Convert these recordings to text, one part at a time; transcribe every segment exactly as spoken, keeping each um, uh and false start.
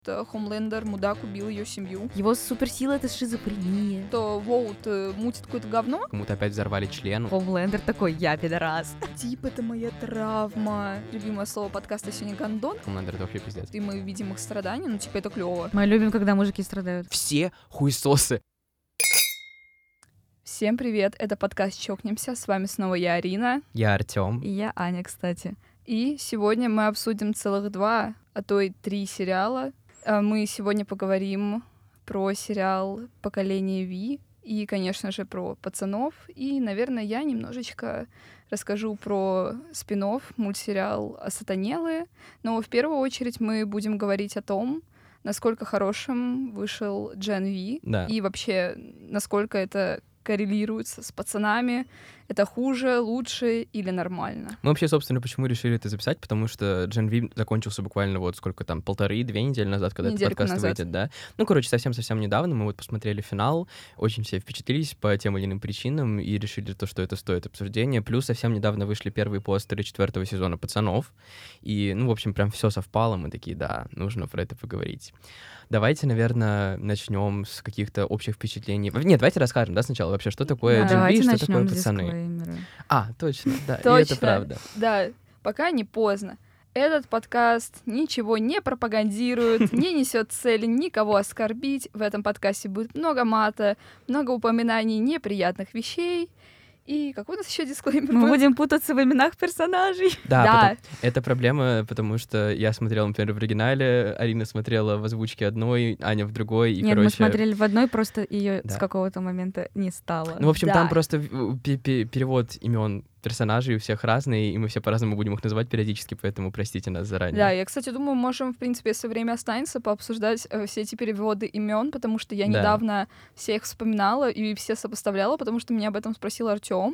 Хомлендер, мудак, убил ее семью. Его суперсила — это шизофрения. То Воут э, мутит какое-то говно. Кому-то опять взорвали член. Хомлендер такой: я пидорас. Тип, это моя травма. Любимое слово подкаста сегодня — гандон. Хомлендер — это вообще пиздец. И мы видим их страдания, ну типа это клево. Мы любим, когда мужики страдают. Все хуесосы. Всем привет, это подкаст «Чокнемся». С вами снова я, Арина. Я Артём. И я Аня, кстати. И сегодня мы обсудим целых два, а то и три сериала. Мы сегодня поговорим про сериал «Поколение Ви» и, конечно же, про пацанов. И, наверное, я немножечко расскажу про спин-офф, мультсериал «Осатанелые». Но в первую очередь мы будем говорить о том, насколько хорошим вышел Gen V, Да. и вообще, насколько это коррелируется с пацанами. Это хуже, лучше или нормально? Мы вообще, собственно, почему решили это записать, потому что Gen V закончился буквально вот сколько там, полторы-две недели назад, когда этот Недельку подкаст назад. выйдет, да? Ну, короче, совсем-совсем недавно мы вот посмотрели финал, очень все впечатлились по тем или иным причинам и решили то, что это стоит обсуждения. Плюс совсем недавно вышли первые постеры четвертого сезона «Пацанов», и, ну, в общем, прям все совпало, мы такие, да, нужно про это поговорить. Давайте, наверное, начнем с каких-то общих впечатлений. Нет, давайте расскажем, да, сначала вообще, что такое Да, Gen V, Давайте что такое начнем с пацаны. дисклеймера. А, точно, да, и Точно. это правда. Да, пока не поздно. Этот подкаст ничего не пропагандирует, не несет цели никого оскорбить. В этом подкасте будет много мата, много упоминаний неприятных вещей. И какой у нас еще дисклеймер Мы был? будем путаться в именах персонажей. Да, Да. потом- это проблема, потому что я смотрел, например, в оригинале, Арина смотрела в озвучке одной, Аня в другой, и, Нет, короче... мы смотрели в одной, просто ее Да. с какого-то момента не стало. Ну, в общем, Да. там просто в- пе- пе- перевод имен персонажей у всех разный, и мы все по-разному будем их называть периодически, поэтому простите нас заранее. Да, я, кстати, думаю, можем, в принципе, если время останется, пообсуждать э, все эти переводы имен, потому что я Да. недавно все их вспоминала и все сопоставляла, потому что меня об этом спросил Артём.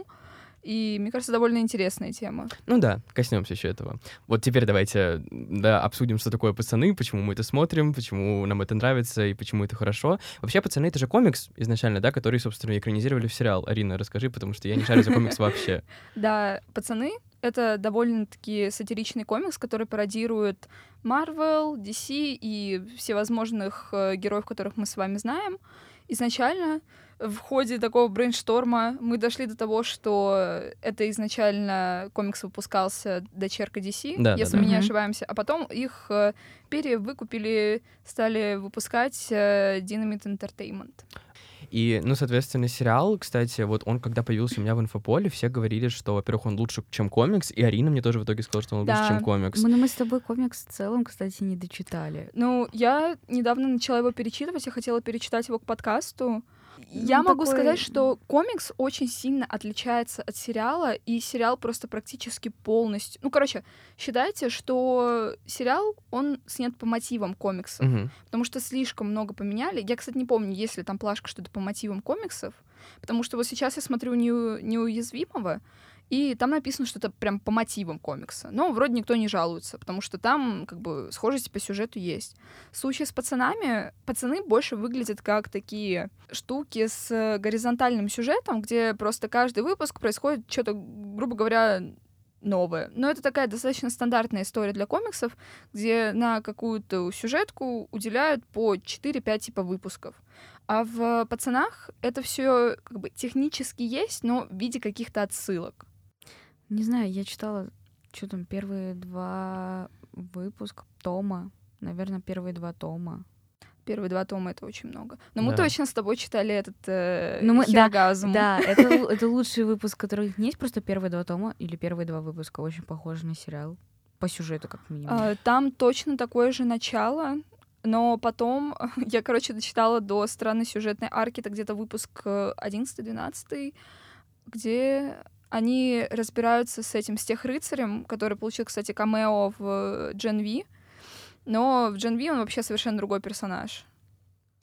И, мне кажется, довольно интересная тема. Ну да, коснемся еще этого. Вот теперь давайте да, обсудим, что такое «Пацаны», почему мы это смотрим, почему нам это нравится и почему это хорошо. Вообще «Пацаны» — это же комикс изначально, да, который, собственно, экранизировали в сериал. Арина, расскажи, потому что я не шарю за комикс вообще. Да, «Пацаны» — это довольно-таки сатиричный комикс, который пародирует Marvel, ди си и всевозможных э, героев, которых мы с вами знаем. Изначально в ходе такого брейншторма мы дошли до того, что это изначально комикс выпускался дочерка ди си, Да, да, если да. мы не Мгм. ошибаемся, а потом их э, перевыкупили, стали выпускать э, Dynamite Entertainment. И, ну, соответственно, сериал, кстати, вот он, когда появился у меня в инфополе, все говорили, что, во-первых, он лучше, чем комикс, и Арина мне тоже в итоге сказала, что он Да. лучше, чем комикс. Мы, ну, мы с тобой комикс в целом, кстати, не дочитали. Ну, я недавно начала его перечитывать, я хотела перечитать его к подкасту. Я Ну, могу такой- сказать, что комикс очень сильно отличается от сериала, и сериал просто практически полностью... Ну, короче, считайте, что сериал, он снят по мотивам комиксов, Мгм. потому что слишком много поменяли. Я, кстати, не помню, есть ли там плашка что-то по мотивам комиксов, потому что вот сейчас я смотрю «Неу- «Неуязвимого», и там написано, что это прям по мотивам комикса. Но вроде никто не жалуется, потому что там как бы схожести по сюжету есть. В случае с пацанами, пацаны больше выглядят как такие штуки с э, горизонтальным сюжетом, где просто каждый выпуск происходит что-то, грубо говоря, новое. Но это такая достаточно стандартная история для комиксов, где на какую-то сюжетку уделяют по четыре-пять типа выпусков. А в «Пацанах» это все как бы технически есть, но в виде каких-то отсылок. Не знаю, я читала, что там, первые два выпуска тома. Наверное, первые два тома. Первые два тома — это очень много. Но мы Да. точно с тобой читали этот э, Ну, мы- да, «Хирогазм». Да, это, лу- это лучший выпуск, который есть, просто первые два тома или первые два выпуска очень похожи на сериал. По сюжету, как минимум. А, Там точно такое же начало, но потом я, короче, дочитала до странной сюжетной арки, это где-то выпуск одиннадцатый-двенадцатый, где они разбираются с этим, с тех рыцарем, который получил, кстати, камео в Gen V, но в Gen V он вообще совершенно другой персонаж.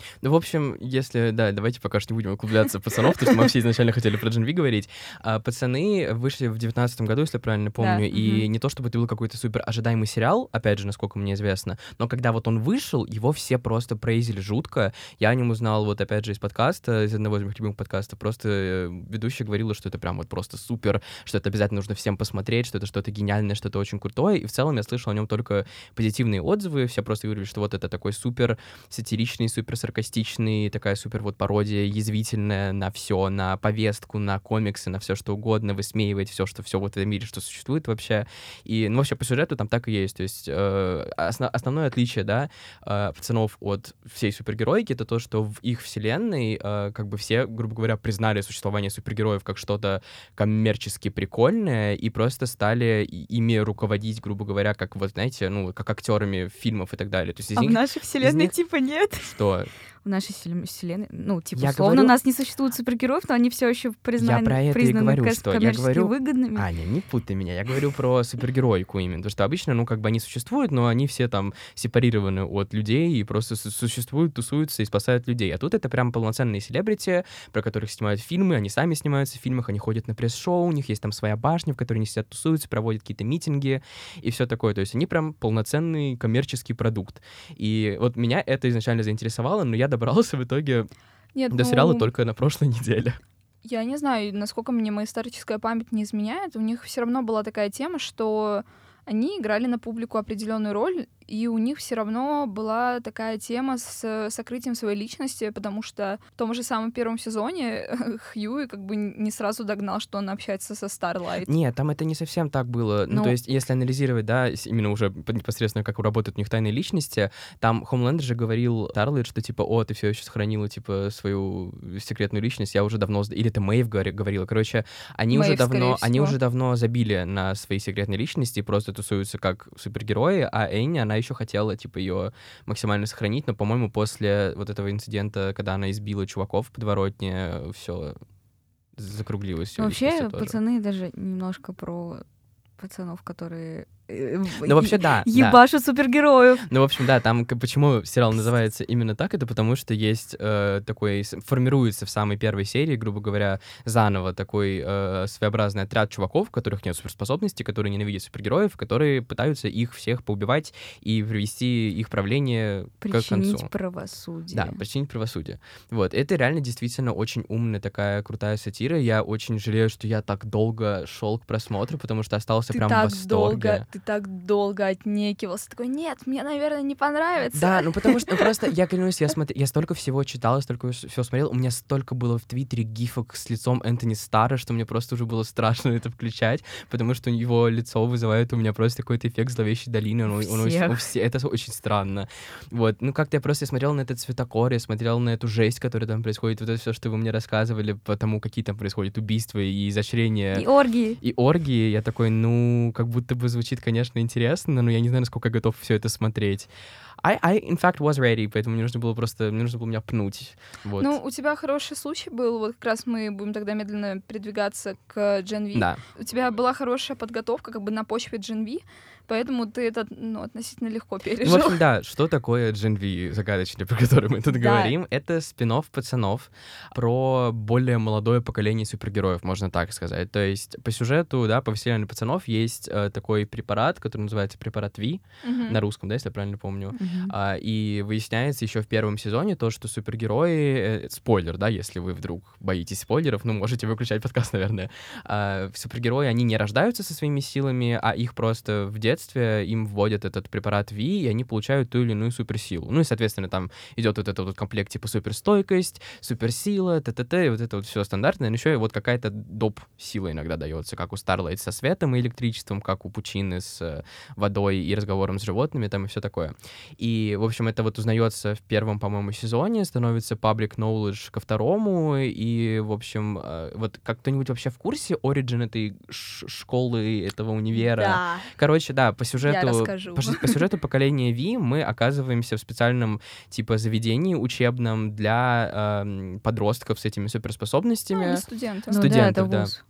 Ну, в общем, если... Да, давайте пока что не будем углубляться в пацанов, потому что мы все изначально хотели про Gen V говорить. А, пацаны вышли в девятнадцатом году, если я правильно помню, Да, и мгм. не то, чтобы это был какой-то супер ожидаемый сериал, опять же, насколько мне известно, но когда вот он вышел, его все просто прейзили жутко. Я о нем узнал вот опять же из подкаста, из одного из моих любимых подкастов. Просто э, ведущая говорила, что это прям вот просто супер, что это обязательно нужно всем посмотреть, что это что-то гениальное, что-то очень крутое. И в целом я слышал о нем только позитивные отзывы. Все просто говорили, что вот это такой супер сатиричный, супер саркастичный, такая супер вот пародия, язвительная на все, на повестку, на комиксы, на все что угодно, высмеивает все, что все в этом мире, что существует вообще. И, ну, вообще по сюжету там так и есть. То есть э, осно- основное отличие, да, э, пацанов от всей супергероики, это то, что в их вселенной э, как бы все, грубо говоря, признали существование супергероев как что-то коммерчески прикольное и просто стали и- ими руководить, грубо говоря, как вот, знаете, ну, как актерами фильмов и так далее. То есть из А в них... нашей вселенной них- типа нет. Что? В нашей селе- вселенной, ну, типа, Я условно, говорю- у нас не существует супергероев, но они все еще признаны, Я про это и признаны говорю, кос- что я коммерчески говорю- выгодными. Аня, не путай меня. Я говорю про супергероику именно. Потому что обычно, ну, как бы они существуют, но они все там сепарированы от людей и просто су- существуют, тусуются и спасают людей. А тут это прям полноценные селебрити, про которых снимают фильмы, они сами снимаются в фильмах, они ходят на пресс-шоу, у них есть там своя башня, в которой они сидят, тусуются, проводят какие-то митинги и все такое. То есть они прям полноценный коммерческий продукт. И вот меня это изначально заинтересовало, но я добрался в итоге Нет, до ну, сериала только на прошлой неделе. Я не знаю, насколько мне моя историческая память не изменяет. У них все равно была такая тема, что они играли на публику определенную роль, и у них все равно была такая тема с сокрытием своей личности, потому что в том же самом первом сезоне Хьюи как бы не сразу догнал, что он общается со Старлайт. Нет, там это не совсем так было. Ну, Ну- то есть, если анализировать, да, с- именно уже п- непосредственно, как работают у них тайные личности, там Хомлендер же говорил Старлайт, что типа, о, ты все еще сохранила, типа, свою секретную личность, я уже давно... сда-» Или это Мэйв говори- говорила. Короче, они уже Мэйв, скорее давно, они всего. уже давно забили на свои секретные личности и просто тусуются как супергерои, а Энни, она еще хотела, типа, ее максимально сохранить, но, по-моему, после вот этого инцидента, когда она избила чуваков в подворотне, все закруглилось. всё, Ну, личности вообще, тоже. пацаны даже немножко про пацанов, которые э, в- Ну, вообще, да, да. ебашут супергероев. Ну, в общем, да, там к- почему сериал называется именно так, это потому что есть э, такой, с- формируется в самой первой серии, грубо говоря, заново такой э, своеобразный отряд чуваков, у которых нет суперспособностей, которые ненавидят супергероев, которые пытаются их всех поубивать и привести их правление к концу. Причинить правосудие. Да, причинить правосудие. Вот, это реально действительно очень умная такая крутая сатира. Я очень жалею, что я так долго шел к просмотру, потому что остался Ты прям в так восторге. долго, ты так долго отнекивался. Такой, нет, мне, наверное, не понравится. Да, ну потому что ну, просто, я клянусь, я, смотр... я столько всего читал, столько всего смотрел, у меня столько было в Твиттере гифок с лицом Энтони Старра, что мне просто уже было страшно это включать, потому что его лицо вызывает у меня просто какой-то эффект зловещей долины, он, он очень, Всех. у все- это очень странно. Вот, ну как-то я просто смотрел на этот цветокор, я смотрел на эту жесть, которая там происходит, вот это все, что вы мне рассказывали по тому, какие там происходят убийства и изощрения. И оргии. И оргии, я такой, ну, как будто бы звучит, конечно, интересно, но я не знаю, насколько я готов все это смотреть. I, I, in fact, was ready, поэтому мне нужно было просто, мне нужно было меня пнуть. Вот. Ну, у тебя хороший случай был, вот как раз мы будем тогда медленно передвигаться к Gen V. Да. У тебя была хорошая подготовка как бы на почве Gen V, поэтому ты это ну, относительно легко Ну, пережил. в общем, да, что такое Gen V загадочный, про который мы тут Да. говорим? Это спин-офф пацанов про более молодое поколение супергероев, можно так сказать. То есть по сюжету, да, по вселенной пацанов есть э, такой препарат, который называется препарат V, Мгм. на русском, да, если я правильно помню. Мгм. А, и выясняется еще в первом сезоне то, что супергерои... э, спойлер, да, если вы вдруг боитесь спойлеров, ну, можете выключать подкаст, наверное. А, супергерои, они не рождаются со своими силами, а их просто в детстве им вводят этот препарат V, и они получают ту или иную суперсилу. Ну и, соответственно, там идет вот этот вот комплект типа суперстойкость, суперсила, т.т.т., и вот это вот все стандартное, но еще и вот какая-то доп. Сила иногда дается, как у Старлайт со светом и электричеством, как у Пучины с э, водой и разговором с животными, там и все такое. И, в общем, это вот узнается в первом, по-моему, сезоне, становится public knowledge ко второму, и, в общем, э, вот как кто-нибудь вообще в курсе origin этой ш- школы, этого универа? Да. Короче, да, по сюжету, расскажу. по, сю- по сюжету поколения V мы оказываемся в специальном типа заведении учебном для эм, подростков с этими Ну, суперспособностями. не студенты. Ну да, студентов, это да. вуз.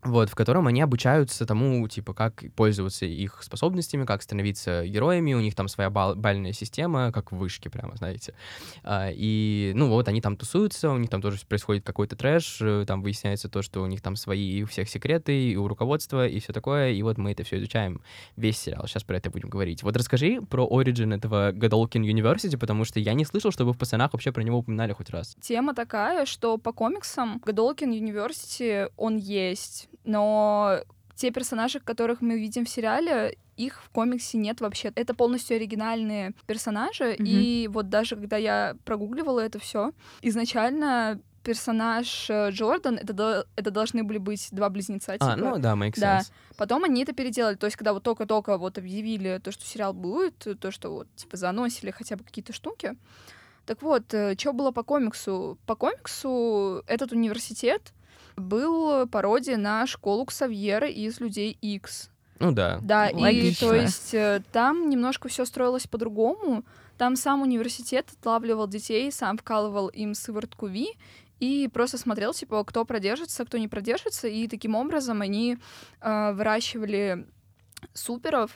вот, в котором они обучаются тому, типа, как пользоваться их способностями, как становиться героями, у них там своя бал- бальная система, как в вышке прямо, знаете. А, и, ну, вот, они там тусуются, у них там тоже происходит какой-то трэш, там выясняется то, что у них там свои и у всех секреты, и у руководства, и все такое, и вот мы это все изучаем, весь сериал, сейчас про это будем говорить. Вот расскажи про оригин этого Godolphin University, потому что я не слышал, чтобы в «Пацанах» вообще про него упоминали хоть раз. Тема такая, что по комиксам Godolphin University, он есть, но те персонажи, которых мы видим в сериале, их в комиксе нет вообще. Это полностью оригинальные персонажи, mm-hmm. и вот даже когда я прогугливала это все, изначально персонаж Джордан, это, это должны были быть два близнеца. А, типа. ну да, makes sense. Да. Потом они это переделали. То есть, когда вот только-только вот объявили то, что сериал будет, то, что вот типа заносили хотя бы какие-то штуки. Так вот, что было по комиксу? По комиксу этот университет был пародией на школу Ксавьера из «Людей Икс». Ну да. Да, логично. И то есть там немножко все строилось по-другому. Там сам университет отлавливал детей, сам вкалывал им сыворотку Ви и просто смотрел, типа, кто продержится, кто не продержится. И таким образом они э, выращивали суперов,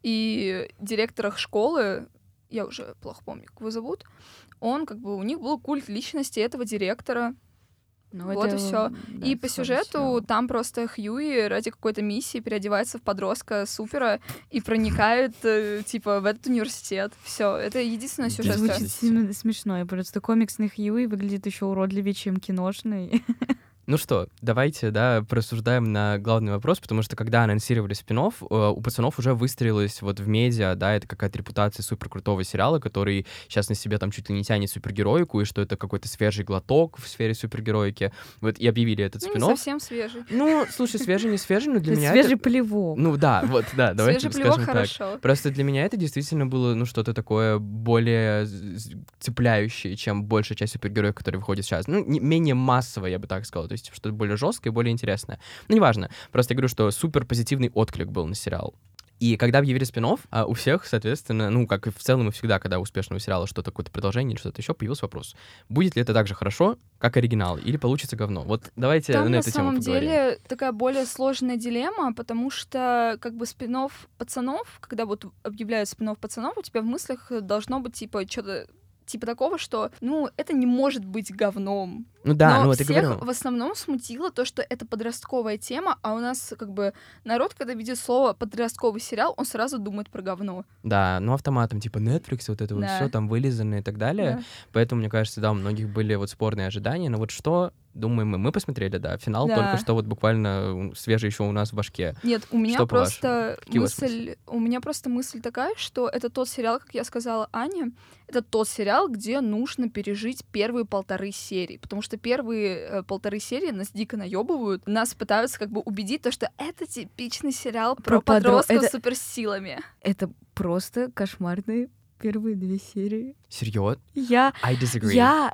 и директор их школы, я уже плохо помню, как его зовут, он как бы, у них был культ личности этого директора. Ну, вот это, и все. да, и по сюжету сериал. там просто Хьюи ради какой-то миссии переодевается в подростка супера и проникает э, типа в этот университет. Все, это единственная сюжетка. Звучит сильно смешно. И просто комиксный Хьюи выглядит еще уродливее, чем киношный. Ну что, давайте, да, просуждаем на главный вопрос, потому что когда анонсировали спин-офф, у «Пацанов» уже выстроилась вот в медиа, да, это какая-то репутация суперкрутого сериала, который сейчас на себя там чуть ли не тянет супергероику, и что это какой-то свежий глоток в сфере супергероики. Вот и объявили этот Ну, спин-офф. не совсем свежий. Ну, слушай, свежий, не свежий, но для меня Свежий это... плевок. Ну да, вот, да, давайте Свежий плевок скажем хорошо. так. Просто для меня это действительно было, ну, что-то такое более цепляющее, чем большая часть супергероев, которые выходят сейчас. Ну, не, менее массовое, я бы так сказал, то есть что-то более жесткое и более интересное. Ну, неважно. Просто я говорю, что супер позитивный отклик был на сериал. И когда объявили спин-офф, а у всех, соответственно, ну, как и в целом и всегда, когда у успешного сериала что-то, какое-то продолжение или что-то еще, появился вопрос. Будет ли это так же хорошо, как оригинал, или получится говно? Вот давайте Там на на эту тему самом поговорим. деле такая более сложная дилемма, потому что как бы спин-офф «Пацанов», когда вот объявляют спин-офф «Пацанов», у тебя в мыслях должно быть типа что-то типа такого, что, ну, это не может быть говном. Ну да, Но ну вот я всех говорю. в основном смутило то, что это подростковая тема, а у нас как бы народ, когда видит слово «подростковый сериал», он сразу думает про говно. Да, ну автоматом, типа Netflix, вот это Да. вот все там вылизано и так далее. Да. Поэтому, мне кажется, да, у многих были вот спорные ожидания. Но вот что думаем мы? Мы посмотрели, да, финал Да. только что вот буквально свежий еще у нас в башке. Нет, у меня Что просто по-вашему? Какие у вас мысль, у меня просто мысль такая, что это тот сериал, как я сказала Ане, это тот сериал, где нужно пережить первые полторы серии, потому что первые э, полторы серии нас дико наебывают, нас пытаются как бы убедить, то, что это типичный сериал про, Про подро- подростков это- с суперсилами. Это просто кошмарные первые две серии. Серьезно? Я, I disagree. я,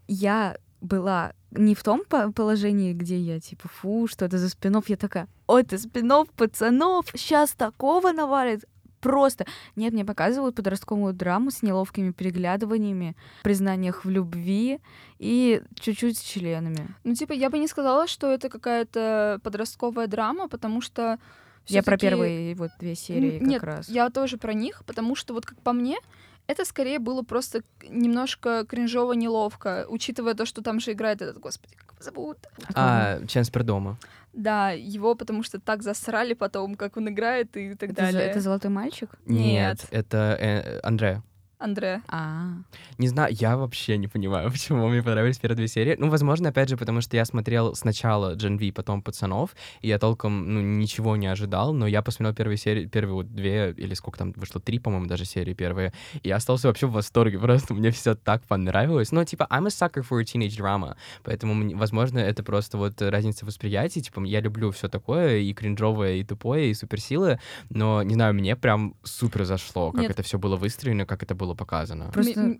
я была не в том по- положении, где я типа, фу, что это за спин-офф. Я такая, ой, это спин-офф «Пацанов», сейчас такого навалит. Просто. Нет, мне показывают подростковую драму с неловкими переглядываниями, признаниях в любви и чуть-чуть с членами. Ну, типа, я бы не сказала, что это какая-то подростковая драма, потому что Я про всё-таки- первые вот две серии Н- Нет, как раз. я тоже про них, потому что вот как по мне, это скорее было просто немножко кринжово-неловко, учитывая то, что там же играет этот, господи, как его зовут? А, Ченс Пердома. Да, его потому что так засрали потом, как он играет и так Это, за- далее. это золотой мальчик? Нет. Нет, это э, Андре. Андре. А, Не знаю, я вообще не понимаю, почему мне понравились первые две серии. Ну, возможно, опять же, потому что я смотрел сначала Gen V, потом «Пацанов», и я толком, ну, ничего не ожидал, но я посмотрел первые серии, первые вот две, или сколько там вышло, три, по-моему, даже серии первые, и я остался вообще в восторге, просто мне все так понравилось. Ну, типа, I'm a sucker for a teenage drama, поэтому, мне- возможно, это просто вот разница восприятия, типа, я люблю все такое, и кринжовое, и тупое, и суперсилы, но, не знаю, мне прям супер зашло, как Нет. это все было выстроено, как это было показано. Просто- М- м-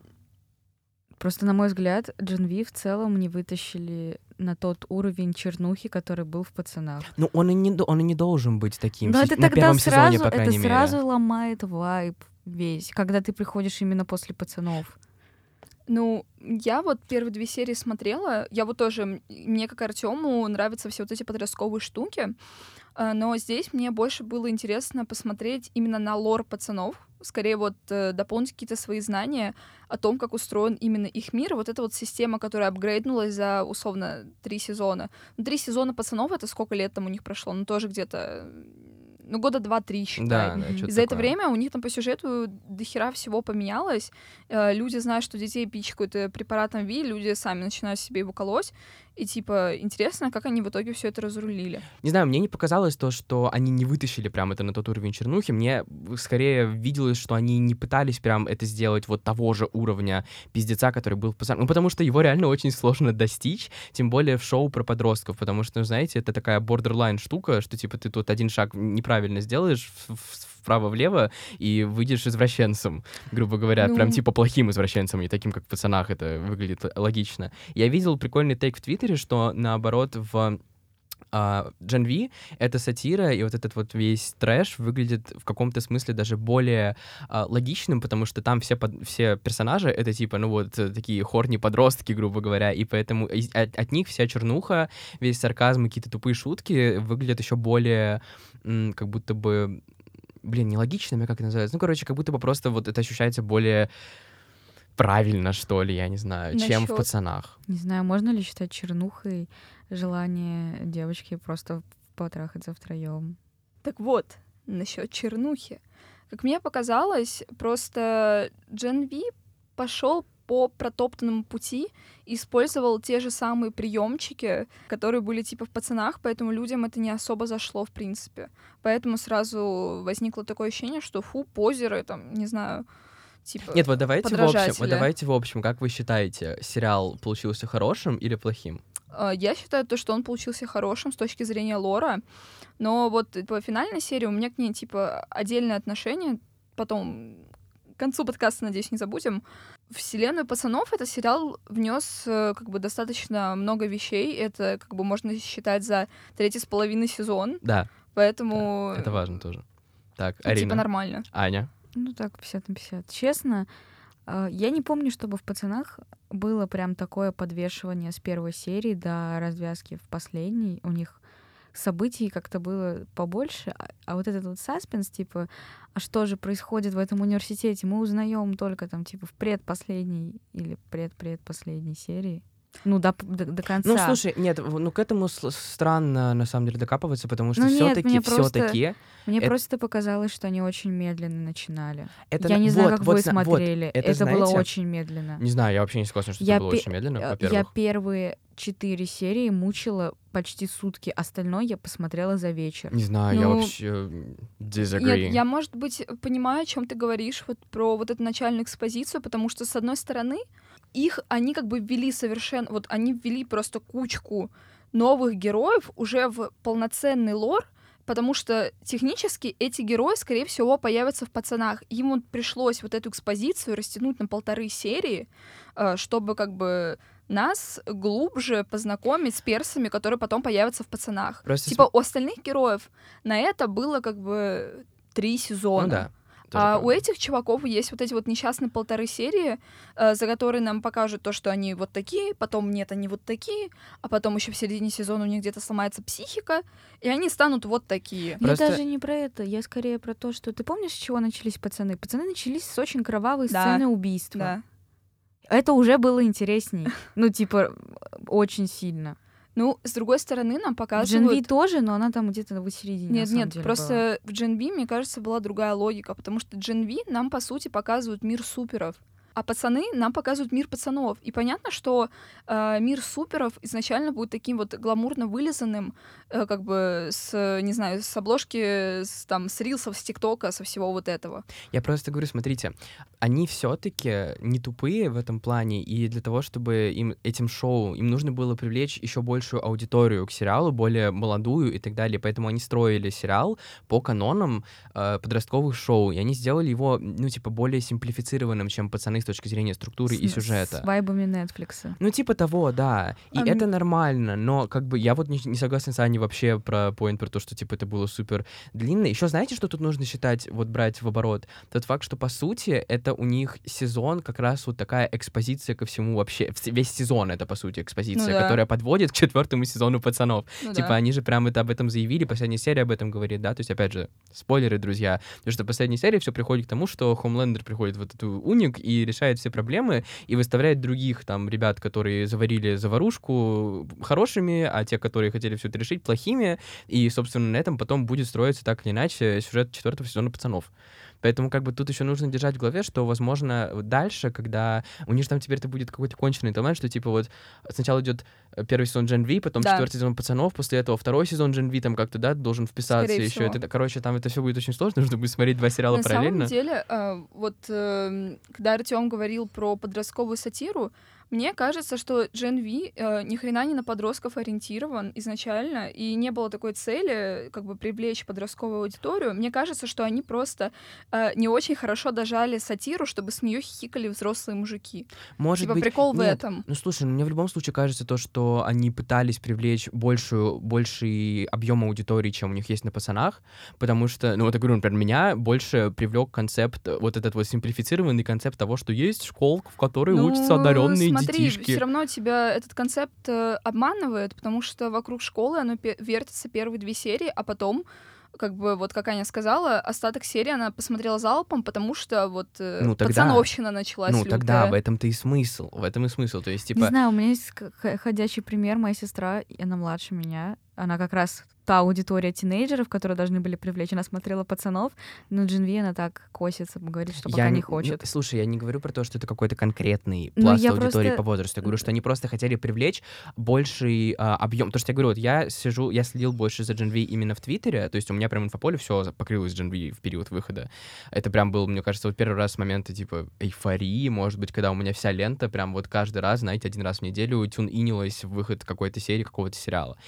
просто, на мой взгляд, Gen V в целом не вытащили на тот уровень чернухи, который был в «Пацанах». Ну, он и не, до- он и не должен быть таким. Но се- это на тогда первом сразу, сезоне, по это крайней мере. сразу ломает вайб весь, когда ты приходишь именно после «Пацанов». Ну, я вот первые две серии смотрела, я вот тоже, м- мне как Артему нравятся все вот эти подростковые штуки, а, но здесь мне больше было интересно посмотреть именно на лор пацанов, скорее вот э, дополнить какие-то свои знания о том, как устроен именно их мир. Вот эта вот система, которая апгрейднулась за, условно, три сезона. Ну, три сезона пацанов — это сколько лет там у них прошло? Ну, тоже где-то, ну, года два-три, считай. Да, да, Мгм. что-то И за это такое. время у них там по сюжету дохера всего поменялось. Э, Люди знают, что детей пичкают э, препаратом Ви, люди сами начинают себе его колоть. И, типа, интересно, как они в итоге все это разрулили. Не знаю, мне не показалось то, что они не вытащили прям это на тот уровень чернухи. Мне скорее виделось, что они не пытались прям это сделать вот того же уровня пиздеца, который был в «Пацанах». Ну, потому что его реально очень сложно достичь, тем более в шоу про подростков, потому что, ну, знаете, это такая borderline штука, что, типа, ты тут один шаг неправильно сделаешь в- в- вправо-влево и выйдешь извращенцем, грубо говоря, Ну. прям, типа, плохим извращенцем, не таким, как в «Пацанах», это выглядит л- логично. Я видел прикольный тейк в Твиттере, что, наоборот, в а, Gen V — это сатира, и вот этот вот весь трэш выглядит в каком-то смысле даже более а, логичным, потому что там все, под- все персонажи — это типа, ну вот, э, такие хорни-подростки, грубо говоря, и поэтому из- от, от них вся чернуха, весь сарказм и какие-то тупые шутки выглядят еще более м, как будто бы, блин, нелогичными, как это называется? Ну, короче, как будто бы просто вот это ощущается более правильно, что ли, я не знаю, чем в Насчёт- «Пацанах». Не знаю, можно ли считать чернухой желание девочки просто потрахаться втроем? Так вот, насчет чернухи. Как мне показалось, просто Gen V пошел по протоптанному пути и использовал те же самые приемчики, которые были типа в «Пацанах», поэтому людям это не особо зашло, в принципе. Поэтому сразу возникло такое ощущение, что фу, позеры, там, не знаю, типа... Нет, вот давайте в общем, вот подражатели. давайте в общем, как вы считаете, сериал получился хорошим или плохим? А, Я считаю то, что он получился хорошим с точки зрения лора, но вот по финальной серии у меня к ней, типа, отдельное отношение. Потом, к концу подкаста, надеюсь, не забудем. В вселенную «Пацанов» этот сериал внес э, как бы достаточно много вещей. Это как бы можно считать за третий с половиной сезон. Да, Поэтому... это важно тоже. Так, ну, Арина, Типа нормально. Аня. Ну так, пятьдесят на пятьдесят. Честно, э, я не помню, чтобы в «Пацанах» было прям такое подвешивание с первой серии до развязки в последней. У них событий как-то было побольше, а, а вот этот вот саспенс, типа, а что же происходит в этом университете, мы узнаем только там, типа, в предпоследней или предпредпоследней серии. Ну, до, до, до конца. Ну, слушай, нет, в- ну к этому с- странно, на самом деле, докапываться, потому что Ну, нет, все-таки, мне просто- все-таки Мне это- просто показалось, что они очень медленно начинали. это... Я не знаю, вот, как вот вы зна- вот, смотрели. это, это было знаете, очень медленно. Не знаю, я вообще не согласен, что Я это было пе- очень медленно, Э, Я во-первых. первые четыре серии мучила почти сутки, остальное я посмотрела за вечер. Не знаю, я Ну, вообще м, Нет, disagree. я, может быть, понимаю, о чем ты говоришь, вот про вот эту начальную экспозицию, потому что, с одной стороны, их, они как бы ввели совершенно, вот они ввели просто кучку новых героев уже в полноценный лор, потому что технически эти герои, скорее всего, появятся в «Пацанах». Им вот пришлось вот эту экспозицию растянуть на полторы серии, э, чтобы как бы нас глубже познакомить с персами, которые потом появятся в «Пацанах». Просто Типа у остальных героев на это было как бы три сезона. Ну да. тоже А у правда. этих чуваков есть вот эти вот несчастные полторы серии, э, за которые нам покажут то, что они вот такие, потом нет, они вот такие, а потом еще в середине сезона у них где-то сломается психика, и они станут вот такие. Я Просто- даже не про это, я скорее про то, что... Ты помнишь, с чего начались «Пацаны»? «Пацаны» начались с очень кровавой Да. сцены убийства. Да. Это уже было интересней. Ну, типа, очень сильно. Ну, с другой стороны, нам В Gen показывают... V тоже, но она там где-то в середине, на Нет, самом нет, деле, просто в Gen V, мне кажется, была другая логика, потому что Gen V нам, по сути, показывают мир суперов, а пацаны нам показывают мир пацанов. И понятно, что э, мир суперов изначально будет таким вот гламурно вылизанным, э, как бы с, не знаю, с обложки, с, там, с рилсов, с ТикТока, со всего вот этого. Я просто говорю, смотрите, они все-таки не тупые в этом плане, и для того, чтобы им этим шоу, им нужно было привлечь еще большую аудиторию к сериалу, более молодую и так далее, поэтому они строили сериал по канонам э, подростковых шоу, и они сделали его, ну, типа, более симплифицированным, чем «Пацаны» точки зрения структуры с, и сюжета. С вайбами Netflix. Ну, типа того, да. И А это м- нормально, но как бы я вот не, не согласен с Аней вообще про поинт, про то, что типа это было супер длинно. Еще знаете, что тут нужно считать, вот брать в оборот? Тот факт, что по сути это у них сезон как раз вот такая экспозиция ко всему вообще. Весь сезон это по сути экспозиция, Ну да. которая подводит к четвертому сезону «Пацанов». Ну Типа да. они же прям это об этом заявили, последняя серия об этом говорит, да, то есть опять же, спойлеры, друзья, потому что в последней серии все приходит к тому, что Хомлендер приходит в вот эту уник и решает все проблемы, и выставляет других там ребят, которые заварили заварушку, хорошими, а те, которые хотели все это решить, плохими, и, собственно, на этом потом будет строиться так или иначе сюжет четвертого сезона «Пацанов». Поэтому как бы тут еще нужно держать в голове, что, возможно, дальше, когда у них там теперь это будет какой-то конченый таймлайн, что типа вот сначала идет первый сезон Gen V, потом Да. четвертый сезон «Пацанов», после этого второй сезон Gen V там как-то, да, должен вписаться Скорее еще. всего. Это, короче, там это все будет очень сложно, нужно будет смотреть два сериала На параллельно. самом деле, э, вот э, когда Артём говорил про подростковую сатиру, мне кажется, что Gen V э, ни хрена не на подростков ориентирован изначально, и не было такой цели как бы привлечь подростковую аудиторию. Мне кажется, что они просто э, не очень хорошо дожали сатиру, чтобы с нее хихикали взрослые мужики. Может Типа быть, прикол в нет. этом. Ну, слушай, ну, мне в любом случае кажется то, что они пытались привлечь большую, больший объем аудитории, чем у них есть на «Пацанах», потому что, ну, вот я говорю, например, меня больше привлек концепт, вот этот вот симплифицированный концепт того, что есть школка, в которой Ну, учатся одаренные смотри, детишки. все равно тебя этот концепт э, обманывает, потому что вокруг школы оно пе- вертится первые две серии, а потом, как бы, вот как Аня сказала, остаток серии она посмотрела залпом, потому что вот э, Ну, тогда- пацановщина началась Ну, лютая. тогда в этом-то и смысл, в этом и смысл, то есть, Не типа, знаю, у меня есть к- х- ходячий пример. Моя сестра, и она младше меня, она как раз та аудитория тинейджеров, которые должны были привлечь. Она смотрела «Пацанов», но Gen V она так косится, говорит, что пока я не н- хочет. ну, слушай, я не говорю про то, что это какой-то конкретный Ну, пласт я аудитории просто- по возрасту. Я говорю, что они просто хотели привлечь больший а, объем. То, что я говорю, вот я сижу, я следил больше за Gen V именно в Твиттере, то есть у меня прям инфополе все покрылось Gen V в период выхода. Это прям был, мне кажется, вот первый раз с момента типа эйфории, может быть, когда у меня вся лента прям вот каждый раз, знаете, один раз в неделю тюн-инилась в выход какой-то серии, какого-то сериала.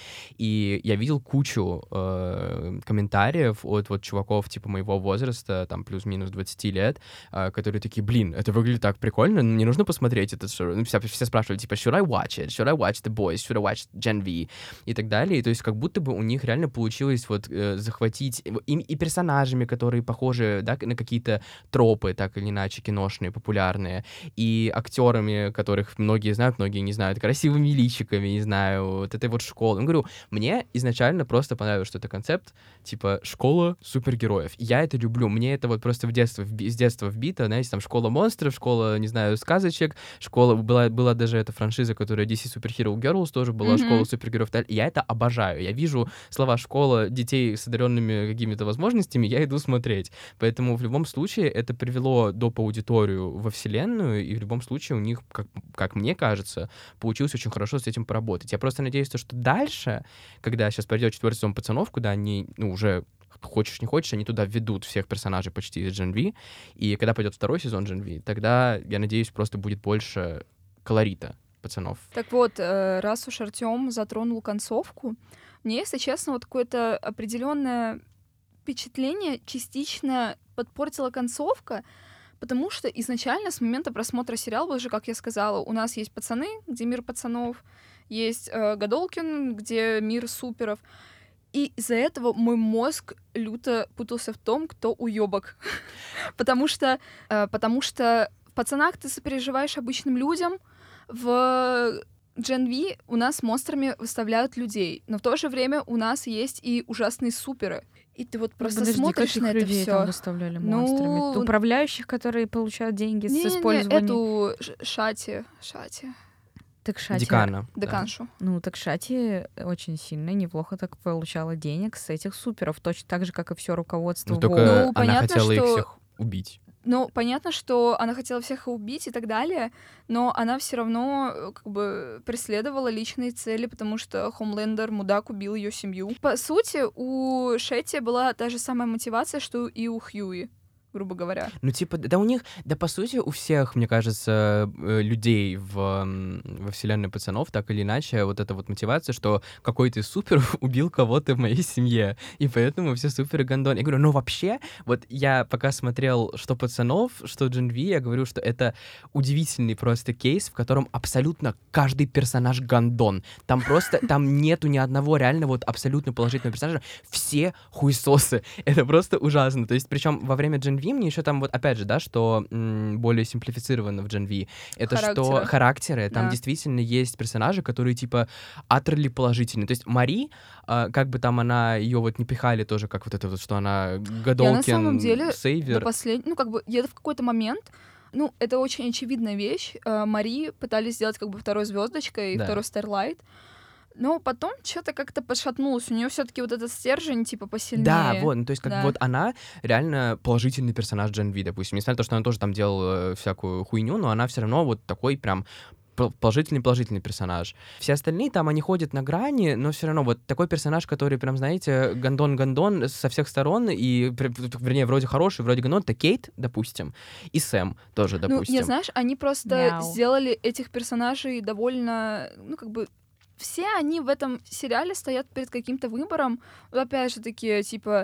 И я видел кучу э, комментариев от вот чуваков типа моего возраста, там плюс-минус двадцать лет, э, которые такие, блин, это выглядит так прикольно, мне нужно посмотреть этот шоу. Ну, все, все спрашивали, типа, should I watch it? Should I watch The Boys? Should I watch Gen V? И так далее. И то есть как будто бы у них реально получилось вот э, захватить и, и персонажами, которые похожи, да, на какие-то тропы, так или иначе, киношные, популярные, и актерами, которых многие знают, многие не знают, красивыми личиками, не знаю, вот этой вот школы. Ну, говорю, мне изначально просто понравилось, что это концепт, типа, школа супергероев. Я это люблю, мне это вот просто в детстве, в, с детства вбито, знаете, там, школа монстров, школа, не знаю, сказочек, школа, была, была даже эта франшиза, которая ди си Super Hero Girls, тоже была Мгм. школа супергероев. И я это обожаю. Я вижу слова «школа детей с одаренными какими-то возможностями», я иду смотреть. Поэтому в любом случае это привело доп. Аудиторию во вселенную, и в любом случае у них, как, как мне кажется, получилось очень хорошо с этим поработать. Я просто надеюсь, что дальше, когда сейчас пойдет четвертый сезон «Пацанов», куда они, ну, уже хочешь не хочешь, они туда введут всех персонажей почти из Gen V, и когда пойдет второй сезон Gen V, тогда, я надеюсь, просто будет больше колорита «Пацанов». Так вот, э, раз уж Артём затронул концовку, мне, если честно, вот какое-то определенное впечатление частично подпортила концовка, потому что изначально с момента просмотра сериала, вот же, как я сказала, у нас есть «Пацаны», где мир пацанов, есть э, «Годолкин», где мир суперов, и из-за этого мой мозг люто путался в том, кто уёбок. Потому что, э, потому что в «Пацанах» ты сопереживаешь обычным людям, в Gen V у нас монстрами выставляют людей, но в то же время у нас есть и ужасные суперы. И ты вот просто Подожди, смотришь каких на это людей там все. выставляли Ну, монстрами? Управляющих, которые получают деньги с Не, использованием... эту Ш- Шати, Шати, Так Шати... Декана. да. деканшу. Ну, так Шати очень сильно, неплохо так получала денег с этих суперов, точно так же, как и все руководство. Ну, Во. только Ну, она понятно, хотела их что- всех убить. Ну, понятно, что она хотела всех убить и так далее, но она все равно э, как бы преследовала личные цели, потому что Хомлендер, мудак, убил ее семью. По сути, у Шетти была та же самая мотивация, что и у Хьюи в грубо говоря. Ну, типа, да у них, да по сути у всех, мне кажется, э, людей в, м, во вселенной пацанов, так или иначе, вот эта вот мотивация, что какой-то из суперов убил кого-то в моей семье, и поэтому все суперы гандон. Я говорю, ну вообще, вот я пока смотрел что пацанов, что Gen V, я говорю, что это удивительный просто кейс, в котором абсолютно каждый персонаж гандон. Там просто, там нету ни одного реально вот абсолютно положительного персонажа, все хуесосы. Это просто ужасно. То есть, причем во время Gen V мне еще там вот, опять же, да, что м, более симплифицировано в Gen V, это Характеры. что характеры, там Да. действительно есть персонажи, которые типа utterly положительные. То есть Мари, а, как бы там она, ее вот не пихали тоже, как вот это вот, что она Годолкин, Я на самом деле сейвер. до послед... Ну, как бы, я в какой-то момент... Ну, это очень очевидная вещь. Э, Мари пытались сделать как бы второй звездочкой, Да. второй Starlight. Но потом что-то как-то подшатнулось. У нее все-таки вот этот стержень, типа, посильнее. Да, вот, ну, то есть как Да. вот она реально положительный персонаж Gen V, допустим. Несмотря на то, что она тоже там делала всякую хуйню, но она все равно вот такой прям положительный-положительный персонаж. Все остальные там, они ходят на грани, но все равно вот такой персонаж, который прям, знаете, гандон-гандон со всех сторон, и, вернее, вроде хороший, вроде гандон, это Кейт, допустим, и Сэм тоже, допустим. Ну, я, знаешь, они просто Мяу. сделали этих персонажей довольно, ну, как бы, все они в этом сериале стоят перед каким-то выбором. Вот опять же таки, типа,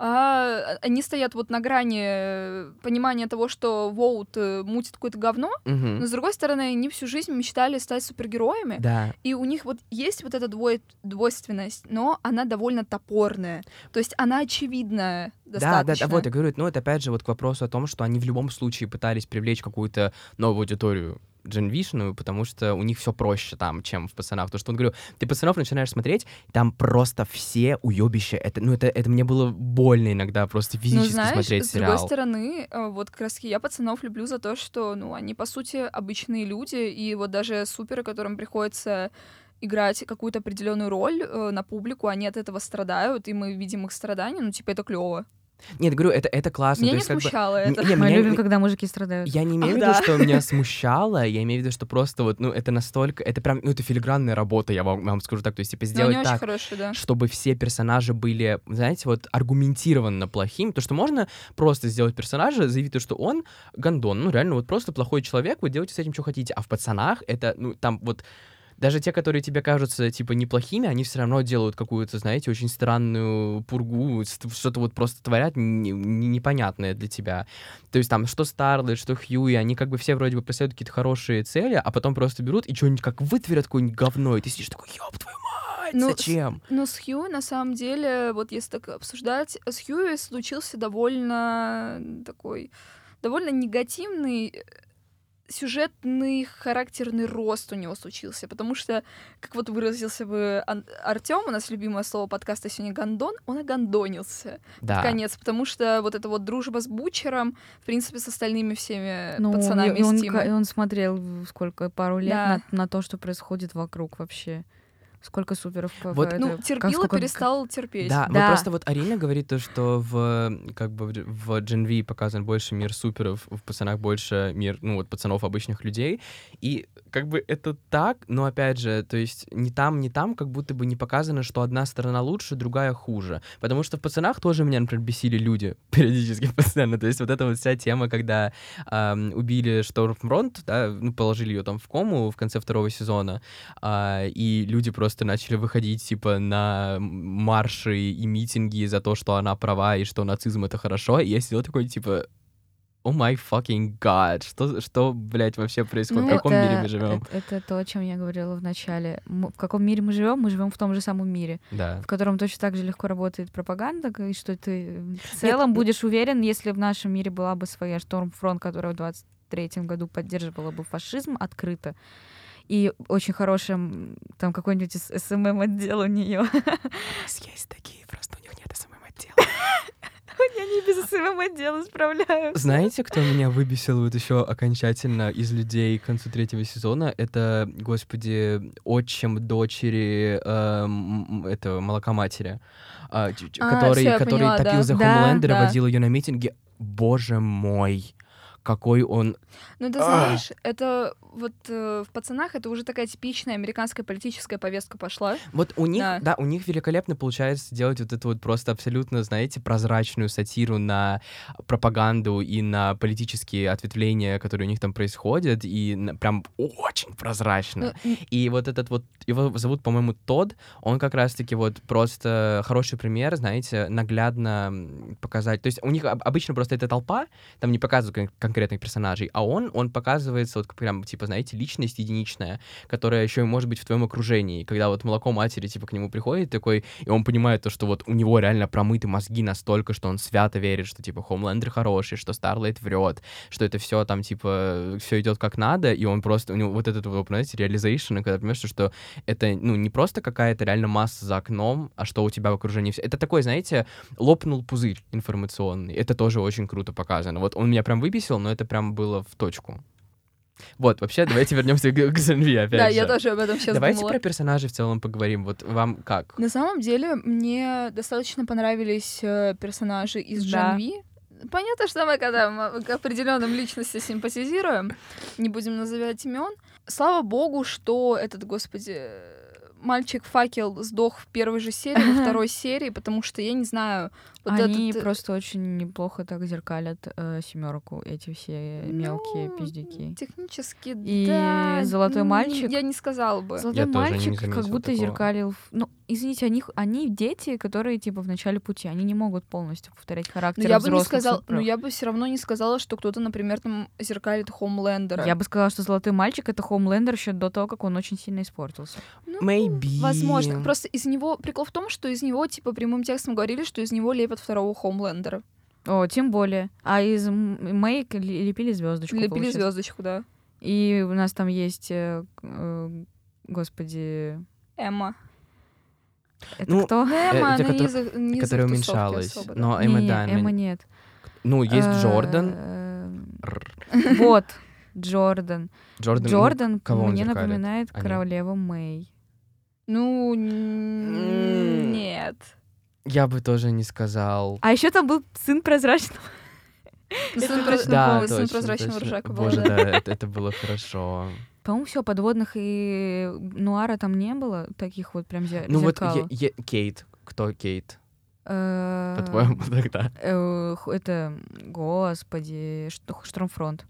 а, они стоят вот на грани э, понимания того, что Воут э, мутит какое-то говно, Мгм. но, с другой стороны, они всю жизнь мечтали стать супергероями, Да. и у них вот есть вот эта двое- двойственность, но она довольно топорная. То есть она очевидная Да, достаточно. да, да, вот я говорю, ну это опять же вот к вопросу о том, что они в любом случае пытались привлечь какую-то новую аудиторию Gen V-шную, потому что у них все проще там, чем в пацанах. Потому что, вот говорю, ты пацанов начинаешь смотреть, там просто все уебища. Это, ну это, это мне было больно иногда просто физически Ну, знаешь, смотреть с сериал. другой стороны, э, вот как раз я пацанов люблю за то, что, ну, они, по сути, обычные люди, и вот даже суперы, которым приходится играть какую-то определенную роль э, на публику, они от этого страдают, и мы видим их страдания, ну, типа, это клево. Нет, говорю, это, это классно. Меня то не есть, как бы, смущало м- это. не, Мы меня- любим, м- когда мужики страдают. Я не имею Ах, в виду, да. что меня смущало, я имею в виду, что просто вот, ну, это настолько, это прям, ну, это филигранная работа, я вам, вам скажу так, то есть, типа, Но они сделать очень так, хорошие, да. чтобы все персонажи были, знаете, вот аргументированно плохими, то что можно просто сделать персонажа, заявить то, что он гандон, ну, реально, вот просто плохой человек, вы делаете с этим, что хотите, а в пацанах это, ну, там вот даже те, которые тебе кажутся, типа, неплохими, они все равно делают какую-то, знаете, очень странную пургу, ст- что-то вот просто творят не- не- непонятное для тебя. То есть там что Старлайт, что Хьюи, они как бы все вроде бы преследуют какие-то хорошие цели, а потом просто берут и что-нибудь как вытворят какое-нибудь говно, и ты сидишь такой, ёб твою мать, Ну, зачем? Но с Хью, на самом деле, вот если так обсуждать, с Хью случился довольно такой, довольно негативный сюжетный характерный рост у него случился, потому что, как вот выразился бы Ан- Артём, у нас любимое слово подкаста сегодня гандон, он огандонился Да. конец, потому что вот эта вот дружба с Бутчером, в принципе, с остальными всеми Ну, пацанами и он, из ка- Тима. и он смотрел сколько, пару лет Да. на, на то, что происходит вокруг вообще. Сколько суперов. по- Вот- по- Ну, это- как- терпила, сколько- перестал терпеть. Да, вот Да. просто вот Арина говорит то, что в как бы в Дж- в Gen V показан больше мир суперов, в пацанах больше мир, ну вот пацанов обычных людей, и как бы это так, но опять же, то есть ни там, ни там как будто бы не показано, что одна сторона лучше, другая хуже, потому что в пацанах тоже меня, например, бесили люди периодически постоянно, то есть вот эта вот вся тема, когда ам, убили Штормфронт, да, ну положили ее там в кому в конце второго сезона, а, и люди просто начали выходить, типа, на марши и митинги за то, что она права и что нацизм — это хорошо, и я сидел такой, типа, о май fucking god, что, что, блядь, вообще происходит, Ну, в каком это, мире мы живем? Это, это то, о чем я говорила в начале. М- В каком мире мы живем? Мы живем в том же самом мире, Да. в котором точно так же легко работает пропаганда, и что ты в целом ну- будешь уверен, если в нашем мире была бы своя Штормфронт, которая в двадцать третьем году поддерживала бы фашизм открыто, и очень хороший м, там какой-нибудь эс эм эм-отдел у нее. У нас есть такие, просто у них нет эс эм эм-отдела. Они без эс эм эм-отдела справляются. Знаете, кто меня выбесил вот еще окончательно из людей к концу третьего сезона? Это, господи, отчим дочери эм, этого молокоматери, а, ч- ч- А, который, всё, я который поняла, топил да. за Да, Хомлендера, да. водил ее на митинги. Боже мой, какой он... Ну, ты знаешь, это вот э, в «Пацанах» это уже такая типичная американская политическая повестка пошла. Вот у них, Да. да, у них великолепно получается делать вот эту вот просто абсолютно, знаете, прозрачную сатиру на пропаганду и на политические ответвления, которые у них там происходят, и на- прям очень прозрачно. Ну, И вот этот вот, его зовут, по-моему, Тодд, он как раз-таки вот просто хороший пример, знаете, наглядно м, показать. То есть у них об- обычно просто эта толпа, там не показывают кон- конкретных персонажей, а он, он показывается вот как прям, типа, знаете, личность единичная, которая еще и может быть в твоем окружении. Когда вот молоко матери, типа, к нему приходит такой, и он понимает то, что вот у него реально промыты мозги настолько, что он свято верит, что, типа, Хомлендер хороший, что Старлайт врет, что это все там, типа, все идет как надо, и он просто, у него вот этот, вот, знаете, реализейшн, когда понимаешь, что это, ну, не просто какая-то реально масса за окном, а что у тебя в окружении все. Это такой, знаете, лопнул пузырь информационный. Это тоже очень круто показано. Вот он меня прям выбесил, но это прям было в точку. Вот, вообще, давайте вернемся к, к Зенви опять Да, же. я тоже об этом сейчас Давайте думала. про персонажей в целом поговорим. Вот вам как? На самом деле, мне достаточно понравились э, персонажи из Да. Джен Ви. Понятно, что мы когда мы к определенным личностям симпатизируем, не будем называть имен. Слава богу, что этот, господи, мальчик-факел сдох в первой же серии, во второй серии, потому что я не знаю... Вот Они этот, э, просто очень неплохо так зеркалят э, семерку, эти все мелкие ну, пиздюки. Технически, И да. «Золотой н- мальчик»? Я не сказала бы. Золотой Я тоже не мальчик как заметил будто такого. зеркалил... в- Ну, извините, они, х- они дети, которые, типа, в начале пути. Они не могут полностью повторять характер Но я бы не взрослых сказала, суперов. но я бы все равно не сказала, что кто-то, например, там зеркалит Хомлендера. Я бы сказала, что «Золотой мальчик» — это Хомлендер еще до того, как он очень сильно испортился. Ну, Maybe. возможно. Просто из него... Прикол в том, что из него, типа, прямым текстом говорили, что из него лепят второго Хомлендера. О, тем более. А из М- Мэй к- ли- лепили звездочку. Лепили получается. звездочку, да. И у нас там есть, э, э, господи, Эмма. это Ну, кто? Эмма, это она который- не за, не за Которая в тусовке уменьшалась. особо, да. Но Эмма, Не, да, она- Эмма нет. Ну, есть Э, Джордан. э, Рр. Вот, Джордан. Джордан. Джордан кого он мне зеркалит? напоминает Они. королеву Мэй. Ну, н- М. нет. Я бы тоже не сказал. А еще там был сын прозрачного. Сын Это про- точно Да, помню. сын точно, прозрачного точно. ржака был, Боже, да. да, это, это было хорошо. По-моему, все, подводных и нуара там не было, таких вот прям зе- Ну вот зеркал. е- е- Кейт. Кто Кейт? Э, По-твоему, тогда? э, х- Это, господи, Ш- Штормфронт.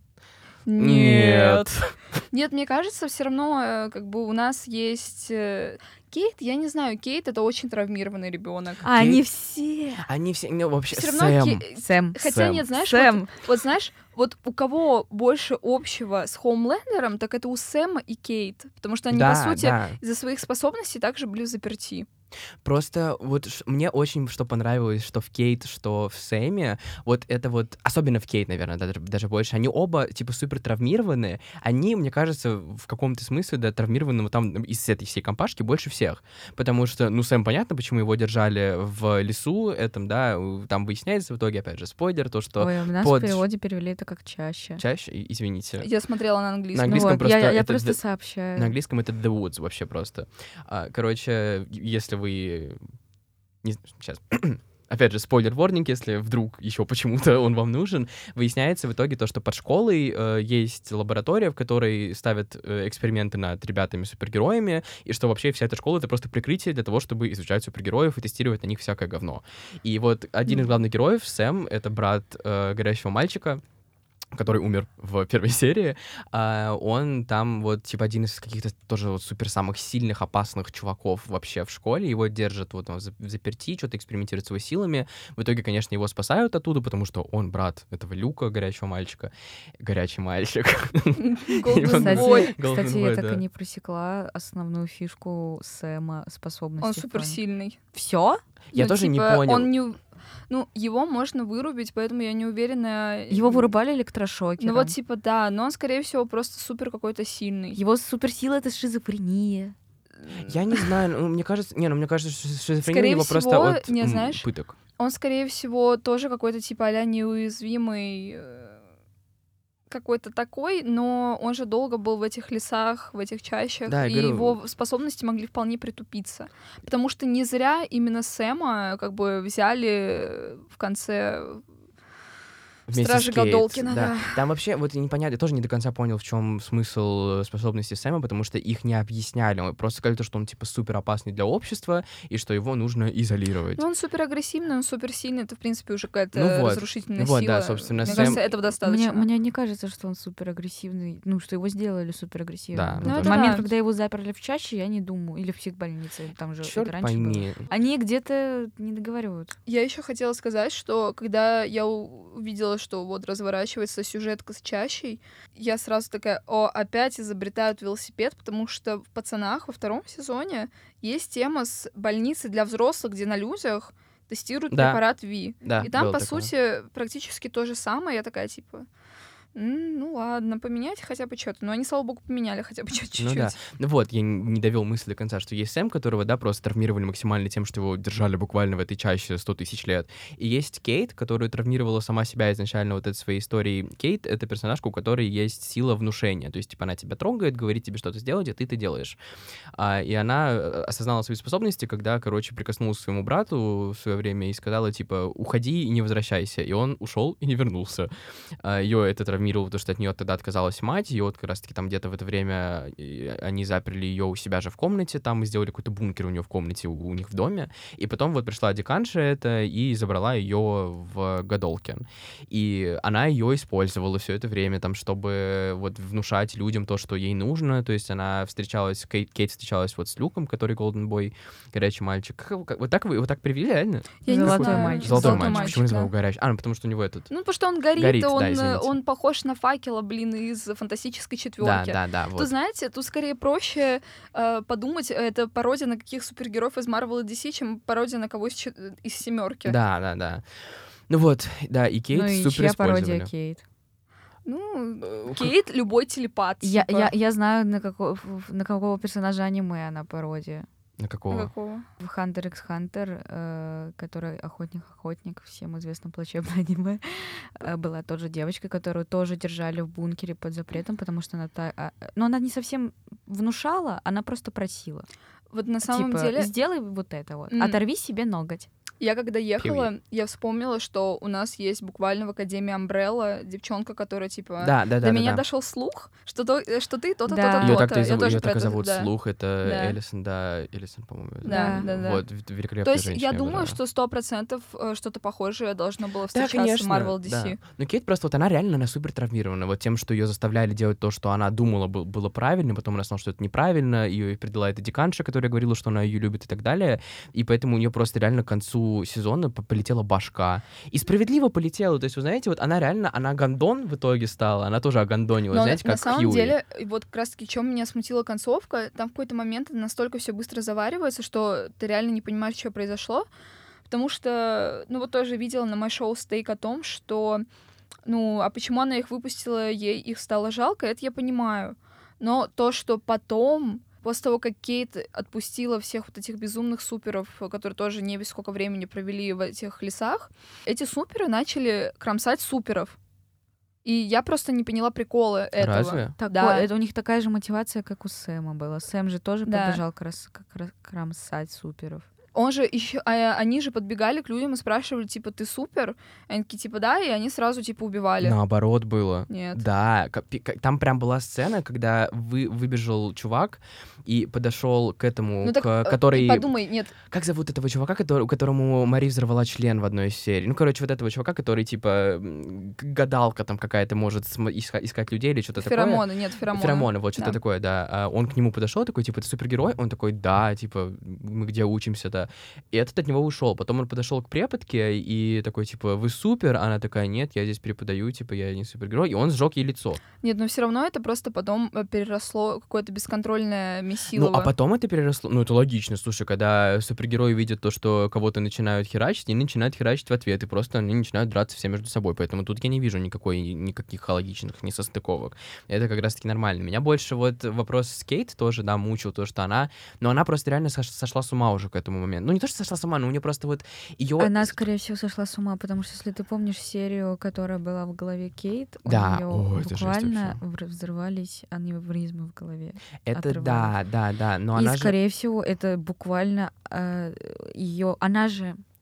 Нет. Нет, мне кажется, все равно, э, как бы у нас есть э, Кейт. Я не знаю, Кейт это очень травмированный ребенок. А, Кейт? они все. Они все, ну, вообще, Все равно Сэм. Ке- Сэм. Хотя Сэм. нет, знаешь, Сэм. вот, вот знаешь, вот у кого больше общего с Хоумлендером, так это у Сэма и Кейт, потому что они Да, по сути да. из-за своих способностей также были заперти. Просто вот ш- мне очень что понравилось, что в Кейт, что в Сэме, вот это вот, особенно в Кейт, наверное, даже, даже больше, они оба, типа, супер травмированные, они, мне кажется, в каком-то смысле, да, травмированы вот там из этой всей компашки больше всех, потому что, ну, Сэм, понятно, почему его держали в лесу этом, да, у- там выясняется в итоге, опять же, спойлер, то, что Ой, у нас под- в переводе перевели это как чаще. чаще, и- извините, Я смотрела на английском. На английском Ну вот, просто я, я это просто д- сообщаю. на английском это The Woods вообще просто. А, короче, если вы... Не... Сейчас. Опять же, спойлер-ворнинг, если вдруг еще почему-то он вам нужен. Выясняется в итоге то, что под школой э, есть лаборатория, в которой ставят э, эксперименты над ребятами-супергероями, и что вообще вся эта школа — это просто прикрытие для того, чтобы изучать супергероев и тестировать на них всякое говно. И вот один из главных героев, Сэм, это брат э, горящего мальчика, который умер в первой серии, а, он там вот, типа, один из каких-то тоже вот супер самых сильных, опасных чуваков вообще в школе, его держат вот он в заперти, что-то экспериментирует с его силами, в итоге, конечно, его спасают оттуда, потому что он брат этого Люка, горячего мальчика, горячий мальчик. Golden Кстати, Boy. Кстати, Golden кстати, Boy, я так да. и не просекла основную фишку Сэма способности. Он суперсильный. Все? Я Ну, тоже не типа, понял. Он не... Ну, его можно вырубить, поэтому я не уверена... Его вырубали электрошокером. Ну вот, типа, да, но он, скорее всего, просто супер какой-то сильный. Его суперсила — это шизофрения. Я не знаю, ну, мне кажется, не, ну, мне кажется, что шизофрения Скорее у него просто всего, от не, м, знаешь, пыток. Он, скорее всего, тоже какой-то, типа, а-ля неуязвимый э, какой-то такой, но он же долго был в этих лесах, в этих чащах, Да, я и говорю- его способности могли вполне притупиться. Потому что не зря именно Сэма как бы взяли в конце Вместе Стражи с Кейт, Гадолкина, да. Там вообще, вот непонятно, я тоже не до конца понял, в чем смысл способности Сэма, потому что их не объясняли. Он просто сказали, что он, типа, супер опасный для общества, и что его нужно изолировать. Ну, он супер агрессивный, он супер сильный, это, в принципе, уже какая-то Ну вот. разрушительная Вот, сила. да, собственно, Мне Сэм- кажется, этого достаточно. Мне, мне не кажется, что он супер агрессивный, ну, что его сделали супер агрессивным. Да, ну, в это момент, да. когда его заперли в чаще, я не думаю, или в психбольнице, там же Чёрт это раньше было. пойми. Они где-то не договаривают. Я еще хотела сказать, что когда я у- увидела, что вот разворачивается сюжетка с чащей, я сразу такая: о, опять изобретают велосипед, потому что в «Пацанах» во втором сезоне есть тема с больницей для взрослых, где на людях тестируют Да. препарат Ви. Да, И там, было по такое. сути, практически то же самое. Я такая, типа, «М, ну ладно, поменять хотя бы что-то». Но они, слава богу, поменяли хотя бы чуть-чуть. Ну да. Ну вот, я н- не довел мысли до конца, что есть Сэм, которого, да, просто травмировали максимально тем, что его держали буквально в этой чаще сто тысяч лет. И есть Кейт, которую травмировала сама себя изначально вот этой своей историей. Кейт — это персонажка, у которой есть сила внушения. То есть, типа, она тебя трогает, говорит тебе что-то сделать, и ты это делаешь. А, и она э, осознала свои способности, когда, короче, прикоснулась к своему брату в свое время и сказала, типа, уходи и не возвращайся. И он ушел и не вернулся. А, ее это травмировало, потому что от нее тогда отказалась мать. И вот как раз-таки там где-то в это время э, они заперли ее у себя же в комнате, там и сделали какой-то бункер у нее в комнате, у, у них в доме. И потом вот пришла деканша это и забрала ее в Гадолкин. И она ее использовала все это время, там, чтобы вот внушать людям то, что ей нужно. То есть она встречалась, Кейт, Кейт встречалась вот с Люком, который Golden Boy, горячий мальчик. Как- как- вот так вы его так привели, реально? Я не Золотой знаю. мальчик. Золотой, Золотой мальчик. Почему я назвал да. его горячий? А, ну потому что у него этот... Ну, потому что он горит, Горит, да, он, э, извините. он похож на факела, блин, из «Фантастической Да, четверки. да, да, Тут, вот. знаете, тут скорее проще э, подумать, это пародия на каких супергероев из Marvel и ди си, чем пародия на кого из, че- из семерки. Да, да, да. Ну вот, да, и Кейт Ну и супер чья пародия использовали. Кейт? Ну, Э, Кейт — любой телепат. Я, типа. я, я знаю, на какого, на какого персонажа аниме она пародия. На А какого? какого? В Hunter x Hunter, э, который охотник-охотник, всем известно плачевное аниме, э, была тоже девочка, которую тоже держали в бункере под запретом, потому что она... Та, а, но она не совсем внушала, она просто просила. Вот на самом типа, деле, сделай вот это вот, М. оторви себе ноготь. я когда ехала, я вспомнила, что у нас есть буквально в Академии Umbrella девчонка, которая, типа, Да, да, да. до да, меня да. дошел слух, что, то, э, что ты то-то, Да. то-то, Ее то-то. так-то и Я зовут, тоже её про так и это- зовут да. Слух, это Да. Элисон, да, Элисон, по-моему. её Да, зовут. да, да. Вот, в- великолепная То есть женщина, я думаю, обожаю. что сто процентов э, что-то похожее должно было Да, встречаться конечно, в Marvel ди си. да. Но Кейт просто вот она реально, она супер травмирована. Вот тем, что ее заставляли делать то, что она думала был- было правильно, потом она знала, что это неправильно, ее предала эта деканша, которая говорила, что она ее любит и так далее. И поэтому у нее просто реально к концу сезона по- полетела башка. И справедливо полетела. То есть, вы знаете, вот она реально, она гондон в итоге стала, она тоже огондонила, Но знаете, на как самом Хьюи. деле, и вот как раз-таки, в чем меня смутила концовка, там в какой-то момент настолько все быстро заваривается, что ты реально не понимаешь, что произошло. Потому что, ну вот тоже видела на моем шоу стейк о том, что, ну, а почему она их выпустила, ей их стало жалко, это я понимаю. Но то, что потом, после того, как Кейт отпустила всех вот этих безумных суперов, которые тоже не без сколько времени провели в этих лесах, эти суперы начали кромсать суперов. И я просто не поняла прикола этого. Разве? Так, Да. вот, это у них такая же мотивация, как у Сэма была. Сэм же тоже Да. побежал как раз, как раз кромсать суперов. Он же еще, а, они же подбегали к людям и спрашивали, типа, ты супер? Они такие, типа, да, и они сразу, типа, убивали. Наоборот было. Нет. Да, ка- пи- ка- там прям была сцена, когда вы, выбежал чувак и подошел к этому, Ну так, к- э, который... ты подумай, нет, Как зовут этого чувака, который, которому Мари взорвала член в одной из серий? Ну, короче, вот этого чувака, который, типа, м, гадалка там какая-то может см- иска- искать людей или что-то такое. феромоны, нет, феромоны. Феромоны, вот что-то Да. такое, да. А он к нему подошел, такой, типа, ты супергерой? Он такой, да, типа, мы где учимся, да. И этот от него ушел. Потом он подошел к преподке и такой, типа, вы супер? Она такая, нет, я здесь преподаю, типа, я не супергерой. И он сжег ей лицо. Нет, но все равно это просто потом э, переросло в какое-то бесконтрольное месилово. Ну, а потом это переросло... Ну, это логично, слушай, когда супергерои видят то, что кого-то начинают херачить, они начинают херачить в ответ, и просто они начинают драться все между собой. Поэтому тут я не вижу никакой, никаких логичных несостыковок. Это как раз-таки нормально. Меня больше вот вопрос с Кейт тоже, да, мучил, то, что она... Но она просто реально сош- сошла с ума уже к этому моменту. Ну, не то, что сошла с ума, но у нее просто вот ее... Она, скорее всего, сошла с ума, потому что, если ты помнишь серию, которая была в голове Кейт, Да, у о, нее это жесть буквально вообще. вр- взрывались аневризмы в голове. Это отрывались. да, да, да, но И, она же... скорее всего, это буквально ее... Она же...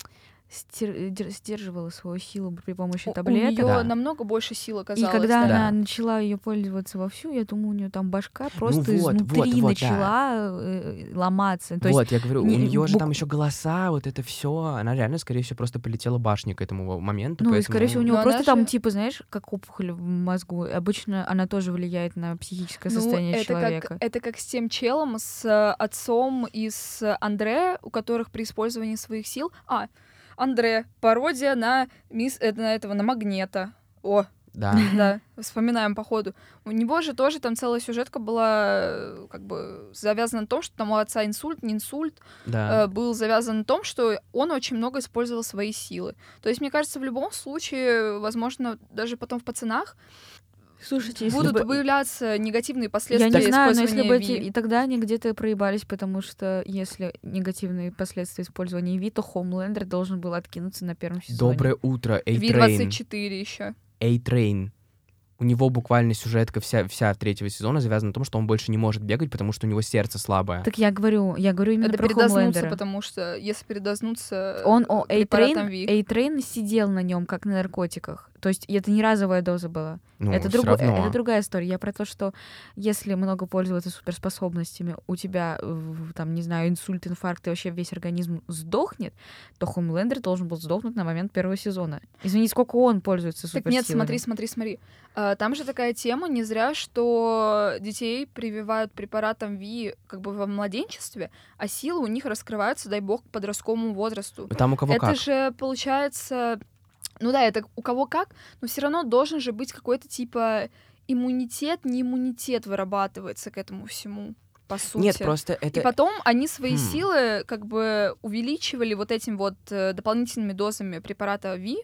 стир- дер- сдерживала свою силу при помощи У- таблеток. У нее Да. намного больше сил И оказалось. когда да. Да. она начала ее пользоваться вовсю, я думаю, у нее там башка просто вот, изнутри вот, вот, да. начала э, ломаться. То есть Вот, я говорю, не- у нее же бук- там еще голоса, вот это все, она реально, скорее всего, просто полетела башней к этому моменту. Ну, и, поэтому... скорее всего, у него Но просто она там, же- типа, знаешь, как опухоль в мозгу. Обычно она тоже влияет на психическое Ну, состояние это человека. Как, это как с тем челом, с э, отцом и с Андре, у которых при использовании своих сил... А, Андре, пародия на, мисс, э, на этого, на Магнета. О, Да. да, вспоминаем по ходу. У него же тоже там целая сюжетка была э, как бы завязана на том, что там у отца инсульт, не инсульт, Да. э, был завязан на том, что он очень много использовал свои силы. То есть, мне кажется, в любом случае, возможно, даже потом в «Пацанах» Слушайте, если будут бы... выявляться негативные Я последствия не знаю, но если использования бы Ви. эти... И тогда они где-то проебались, потому что если негативные последствия использования Ви, то Хомлендер должен был откинуться на первом сезоне. Доброе утро, Ви A-Train. двадцать четыре еще. A-Train. У него буквально сюжетка вся, вся третьего сезона завязана на том, что он больше не может бегать, потому что у него сердце слабое. Так я говорю, я говорю именно Это про передознуться, Хомлендера. потому что если передознуться Он, о, э, препаратом A-Train, Ви. A-Train сидел на нем как на наркотиках. То есть это не разовая доза была. Ну, это, всё друго- равно. это другая история. Я про то, что если много пользоваться суперспособностями, у тебя, в- там, не знаю, инсульт, инфаркт, и вообще весь организм сдохнет, то Хомлендер должен был сдохнуть на момент первого сезона. Извини, сколько он пользуется Так суперсилами? нет, смотри, смотри, смотри. А, Там же такая тема, не зря, что детей прививают препаратом Ви как бы во младенчестве, а силы у них раскрываются, дай бог, к подростковому возрасту. Ну, там у кого Это как. же получается... Ну да, это у кого как, но все равно должен же быть какой-то типа иммунитет, не иммунитет вырабатывается к этому всему, по сути. Нет, просто это... И потом они свои Хм. силы как бы увеличивали вот этим вот э, дополнительными дозами препарата Ви,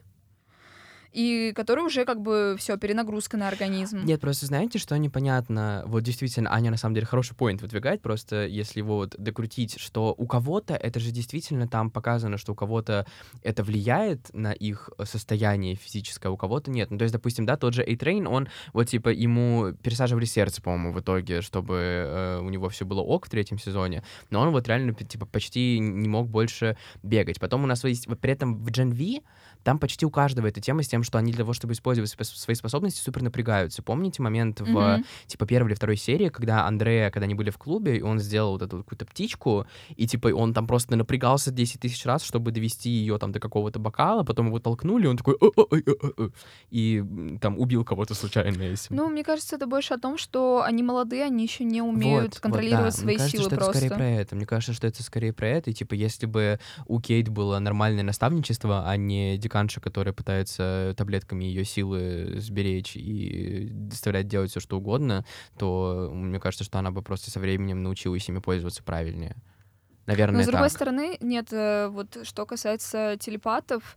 и который уже как бы все перенагрузка на организм. Нет, просто знаете, что непонятно? Вот действительно, Аня на самом деле хороший поинт выдвигает, просто если его вот докрутить, что у кого-то, это же действительно там показано, что у кого-то это влияет на их состояние физическое, а у кого-то нет. Ну, то есть, допустим, да, тот же A-Train, он вот типа ему пересаживали сердце, по-моему, в итоге, чтобы э, у него все было ок в третьем сезоне, но он вот реально типа почти не мог больше бегать. Потом у нас есть, вот при этом в Gen V там почти у каждого эта тема с тем, что они для того, чтобы использовать спо- свои способности, супер напрягаются. Помните момент в, Мгм. типа, первой или второй серии, когда Андрея, когда они были в клубе, и он сделал вот эту вот какую-то птичку, и, типа, он там просто напрягался десять тысяч раз, чтобы довести ее там до какого-то бокала, потом его толкнули, и он такой «О-о-о-о-о», и м, там убил кого-то случайно этим. Ну, мне кажется, это больше о том, что они молодые, они еще не умеют Вот, контролировать вот, да. свои Мне кажется, силы что просто. это скорее про это. Мне кажется, что это скорее про это. И, типа, если бы у Кейт было нормальное наставничество, а не деканша, которая пытается таблетками ее силы сберечь и заставлять делать все, что угодно, то мне кажется, что она бы просто со временем научилась ими пользоваться правильнее. Наверное, Но, с другой так. стороны, нет, э, вот что касается телепатов,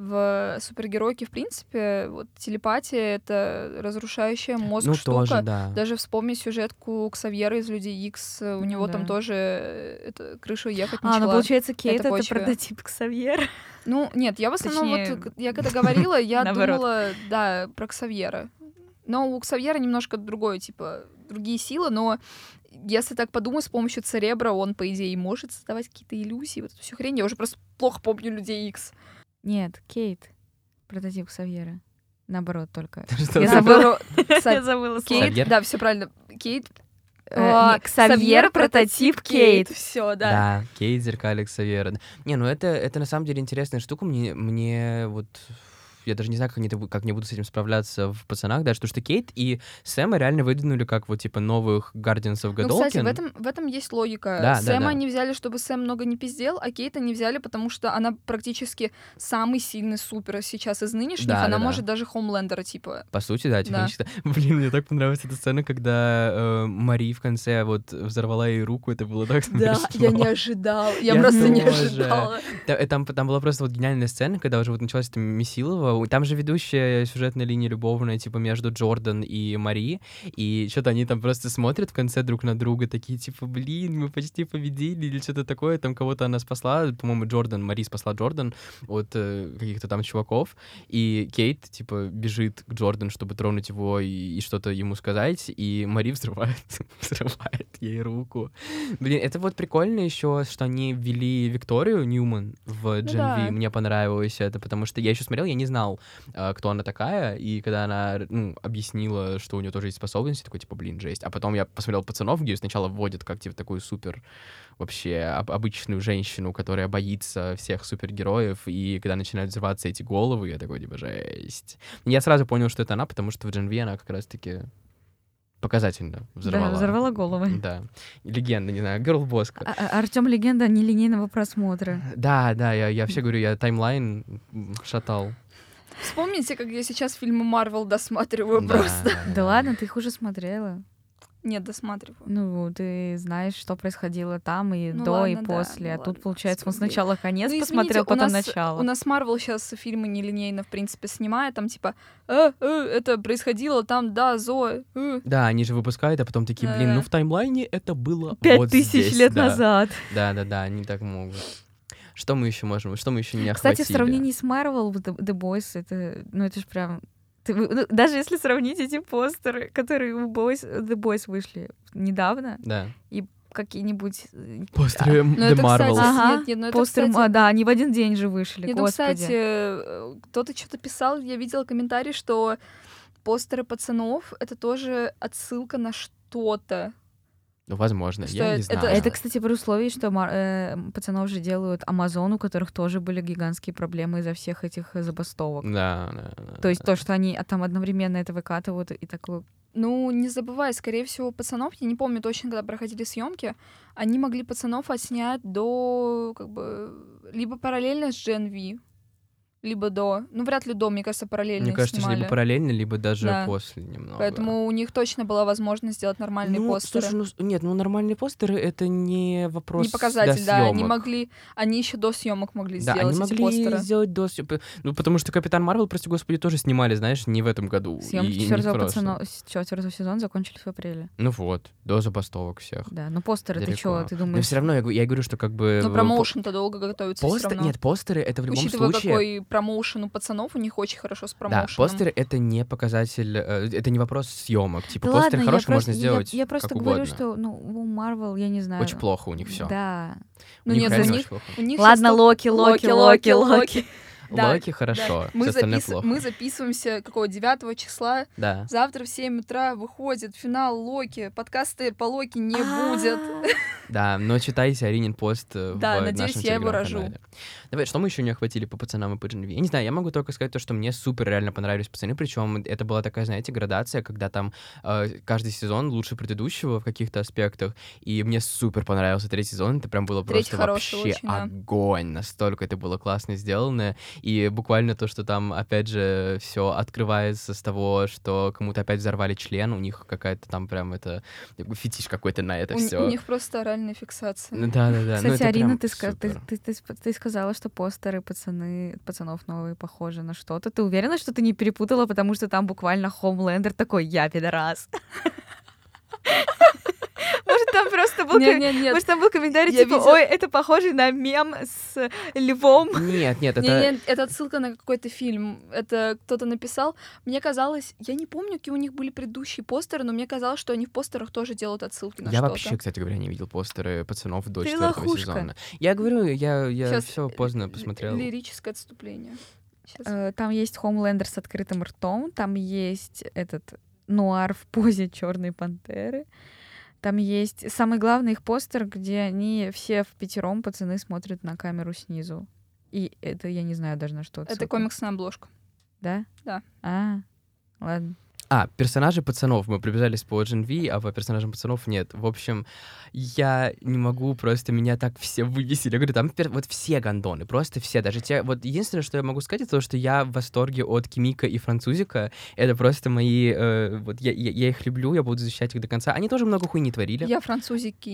в супергеройке, в принципе, вот телепатия — это разрушающая мозг Ну, штука. тоже, да. Даже вспомни сюжетку Ксавьера из Людей Икс, у Ну него там да. тоже э, это, крыша ехать А, начала. ну получается, Кейт — эта это почва. прототип Ксавьера. Ну, нет, я в основном, Точнее, вот, к- я когда говорила, я наоборот. думала, да, про Ксавьера. Но у Ксавьера немножко другое, типа, другие силы, но если так подумать, с помощью Церебра он, по идее, и может создавать какие-то иллюзии, вот эту всю хрень. Я уже просто плохо помню Людей Икс. Нет, Кейт. Прототип Ксавьера. Наоборот только. Что Я ты- забыла. Кса- Я забыла слово. Кейт, Ксавьер? да, все правильно. Кейт. Э, а, не, Ксавьер — прототип Кейт. Все, да. Да, Кейт, зеркалик Савьера. Не, ну это, это на самом деле интересная штука. Мне, мне вот... Я даже не знаю, как они, это бу- как они будут с этим справляться в «Пацанах», да, что, что Кейт и Сэма реально выдвинули как вот, типа, новых Гардиансов Ну, Годолкин. кстати, в этом, в этом есть логика. Да, да, Сэма да. они взяли, чтобы Сэм много не пиздел, а Кейт они взяли, потому что она практически самый сильный супер сейчас из нынешних. Да, она да, да. может даже Хомлендера, типа. По сути, да, технически. Блин, мне так понравилась эта сцена, когда э, Мари в конце вот взорвала ей руку, это было так Да, смешно. я не ожидала. Я, Я просто не тоже. ожидала. Та- э, Там, там была просто вот гениальная сцена, когда уже вот началась эта Месилова клево. Там же ведущая сюжетная линия любовная, типа, между Джордан и Мари, и что-то они там просто смотрят в конце друг на друга, такие, типа, блин, мы почти победили, или что-то такое, там кого-то она спасла, по-моему, Джордан, Мари спасла Джордан от э, каких-то там чуваков, и Кейт, типа, бежит к Джордан, чтобы тронуть его и, и что-то ему сказать, и Мари взрывает, взрывает ей руку. Блин, это вот прикольно еще, что они ввели Викторию Ньюман в Gen да. V. Мне понравилось это, потому что я еще смотрел, я не знал, э, кто она такая, и когда она, ну, объяснила, что у нее тоже есть способности, такой, типа, блин, жесть. А потом я посмотрел «Пацанов», где ее сначала вводят как, типа, такую супер, вообще, об- обычную женщину, которая боится всех супергероев, и когда начинают взрываться эти головы, я такой, типа, жесть. Я сразу понял, что это она, потому что в Gen V она как раз-таки показательно взорвала. Да, взорвала головы. Да. Легенда, не знаю, Girl-Boss. А- а- Артём легенда нелинейного просмотра. Да, да, я, я вообще говорю, я таймлайн м, шатал. Вспомните, как я сейчас фильмы Марвел досматриваю Да, просто. да, Да ладно, ты их уже смотрела. Нет, досматриваю. Ну, ты знаешь, что происходило там и Ну до, ладно, и да, после. ну а тут, ладно, получается, он справедливо. сначала конец Ну, посмотрел, извините, у потом нас, начало. У нас Марвел сейчас фильмы нелинейно, в принципе, снимает. Там типа, э, э, это происходило там, да, Зоя. Э. Да, они же выпускают, а потом такие, блин, Да. ну в таймлайне это было Пять вот тысяч здесь, лет да. назад. Да, да, да, они так могут. Что мы еще можем? Что мы еще не Кстати, охватили? в сравнении с Marvel, The, The Boys, это, ну, это же прям... Ты, вы- ну, даже если сравнить эти постеры, которые у Boys, The Boys вышли недавно, Да. и какие-нибудь... э, Постеры Ну The это, Marvels. кстати, Ага, нет, нет, ну это, постеры, кстати, а, да, они в один день же вышли, нет, ну, господи. кстати, э, кто-то что-то писал, я видела комментарий, что постеры пацанов — это тоже отсылка на что-то. Ну, возможно, Что я не это- знаю. Это, кстати, при условии, что Мар- э, пацанов же делают Amazon, у которых тоже были гигантские проблемы из-за всех этих э, забастовок. Да, да, да. То есть то, что они а, там одновременно это выкатывают и такое... Ну, не забывай, скорее всего, пацанов, я не помню точно, когда проходили съемки, они могли пацанов отснять до, как бы, либо параллельно с Gen V, либо до. Ну, вряд ли до, мне кажется, параллельно Мне их кажется, снимали. либо параллельно, либо даже Да. после немного. Поэтому у них точно была возможность сделать нормальные ну, постеры. слушай, ну, с- нет, ну нормальные постеры — это не вопрос Не показатель, до да, они съёмок. могли, они еще до съемок могли Да, сделать они эти могли постеры. сделать до съё- Ну, потому что Капитан Марвел, прости господи, тоже снимали, знаешь, не в этом году. Съемки и, и не в четвертого прошлом. пацана... четвертого сезона закончились в апреле. Ну вот, до забастовок всех. Да, но постеры, ты Далеко. чё, ты Но думаешь... все равно я, г- я говорю, что как бы... Но э, промоушен-то долго готовится по- все постер- равно. Нет, постеры — это в любом Учитывая, случае... какой промоушен у пацанов, у них очень хорошо с Да, промоушеном. постеры — это не показатель, э, это не вопрос съемок. Типа, Да постеры ладно, я хорошие просто, можно сделать я, я просто как говорю, угодно. что, ну, у Marvel, я не знаю... Очень плохо у них все. Да. Ну нет, у реально них, очень плохо. у них Ладно, щас Локи, Локи, Локи, Локи. Да, Локи хорошо, да. Мы, всё остальное запис- плохо. мы записываемся какого девятого числа. Да. Завтра в семь утра выходит финал Локи. Подкасты по Локи не А. будет. Да, но читайте Аринин пост э, Да, в надеюсь, нашем я его телеграм-канале. рожу. Давай, что мы еще не охватили по пацанам и по Gen V? Я не знаю, я могу только сказать то, что мне супер реально понравились пацаны, причем это была такая, знаете, градация, когда там э, каждый сезон лучше предыдущего в каких-то аспектах, и мне супер понравился третий сезон, это прям было Третий просто хороший вообще очень, да. огонь, настолько это было классно сделано, и буквально то, что там, опять же, все открывается с того, что кому-то опять взорвали член, у них какая-то там прям это фетиш какой-то на это У, все. у них просто оральная фиксация. Да, да, да. Кстати, Арина, ты, ска- ты, ты, ты, ты сказала, что постеры пацаны, пацанов новые похожи на что-то. Ты уверена, что ты не перепутала, потому что там буквально Хомлендер такой «Я пидорас». Может, там просто был... Нет, ком- нет, нет. Может, там был комментарий, Я типа, видела- ой, это похоже на мем с львом. Нет, нет, это... Не, не, это отсылка на какой-то фильм. Это кто-то написал. Мне казалось, я не помню, какие у них были предыдущие постеры, но мне казалось, что они в постерах тоже делают отсылки на Я что-то. вообще, кстати говоря, не видел постеры пацанов до Ты четвертого лохушка. сезона. Я говорю, я, я Щас все поздно посмотрел. Лирическое отступление. Щас. Э, Там есть Хомлендер с открытым ртом, там есть этот нуар в позе черной пантеры. Там есть самый главный их постер, где они все в пятером пацаны смотрят на камеру снизу. И это я не знаю даже на что. Это отсылка. комиксная обложка. Да? Да. А, ладно. А, персонажи пацанов. Мы пробежались по Gen V, а по персонажам пацанов нет. В общем, я не могу, просто меня так все вывесили. Я говорю, там пер- вот все гондоны, просто все. Даже те... Вот единственное, что я могу сказать, это то, что я в восторге от Кимика и Французика. Это просто мои... э, вот я, я, я их люблю, я буду защищать их до конца. Они тоже много хуйни творили. Я французик Кини.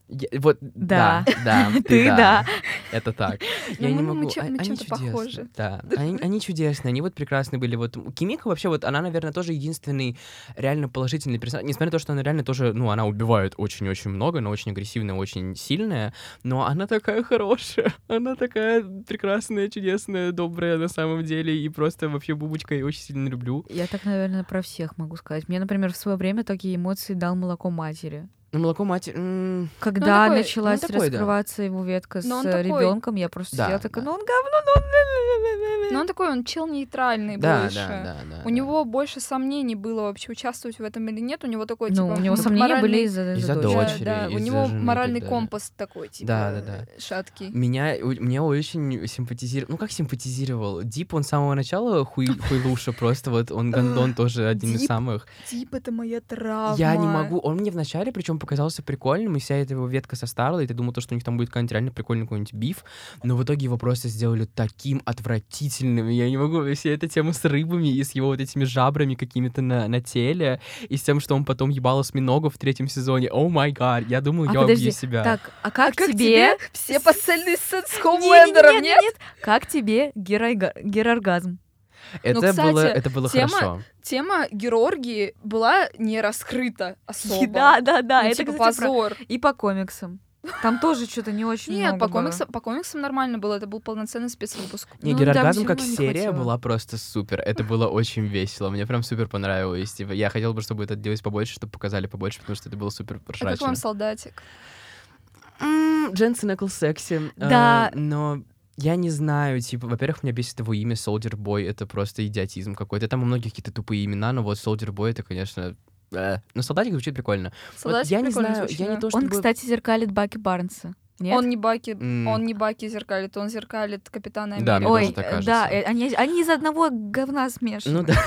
Я- вот, Да. да, да, Ты да. Это так. Ну, Я не мы- мы могу. чем- а- мы они чем-то чудесны, похожи. Да, они, они чудесные, они вот прекрасные были. Вот Кимико вообще вот она, наверное, тоже единственный реально положительный персонаж. Несмотря на то, что она реально тоже, ну, она убивает очень-очень много, она очень агрессивная, очень сильная, но она такая хорошая, она такая прекрасная, чудесная, добрая на самом деле, и просто вообще Бубочка я очень сильно люблю. Я так, наверное, про всех могу сказать. Мне, например, в свое время такие эмоции дал молоко матери. Ну, молоко матери... м, Когда такой- началась ну, такой, да. раскрываться его ветка Но с он такой- ребенком, я просто Да, сидела такая, да. ну он говно, ну он... Но он такой, он чел нейтральный Да, больше. да, да, да. У да. него больше сомнений было вообще участвовать в этом или нет. У него такой, Ну, типа... у него м- сомнения моральный- были из-за Из-за дочери. Да, дочери, да, у из-за него жены и моральный так далее. компас такой, типа, Да, да, да. шаткий. Меня, у- мне очень симпатизировал, ну как симпатизировал, Дип, он с самого начала хуй, хуйлуша просто, вот он гандон тоже один из Дип? самых. Дип — это моя травма. Я не могу, он мне вначале причем показался прикольным, и вся эта его ветка со Старлой, и ты думал, то, что у них там будет какой-нибудь реально прикольный какой-нибудь биф, но в итоге его просто сделали таким отвратительным, я не могу, вся эта тема с рыбами и с его вот этими жабрами какими-то на, на теле, и с тем, что он потом ебал осьминогов в третьем сезоне, о май гад, я думал, А я подожди, убью себя. так, а как, Как тебе... Все постельные сцены с Не-не-не, Хоумлендером, нет? нет? Как тебе геройга- героргазм? это, Ну, кстати, было, это было тема- хорошо. Тема Георгии была не раскрыта особо. Да, да, да, Ну, это, типа, кстати, про- позор. И по комиксам. Там тоже что-то не очень Нет, много по было. комиксам, по комиксам нормально было, это был полноценный спецвыпуск. Не, Ну, героргазм да, как всё равно не серия хватило. была просто супер. Это было очень весело. Мне прям супер понравилось. Типа, я хотел бы, чтобы это делать побольше, чтобы показали побольше, потому что это было супер А как ржачно. вам солдатик? М, Дженсен Эклс секси. Да. э, но я не знаю, типа, во-первых, меня бесит его имя Soldier Boy, это просто идиотизм какой-то. Там у многих какие-то тупые имена, но вот Soldier Boy это, конечно... э. Но солдатик звучит прикольно. Вот Солдатик я не прикольно знаю, звучит, я не да. то, Он, чтобы... кстати, зеркалит Баки Барнса. Нет? Он не Баки, М. он не Баки зеркалит, он зеркалит Капитана Да, Америку. мне Ой, тоже так э, кажется. да, э, они, они из одного говна смешаны. Ну да.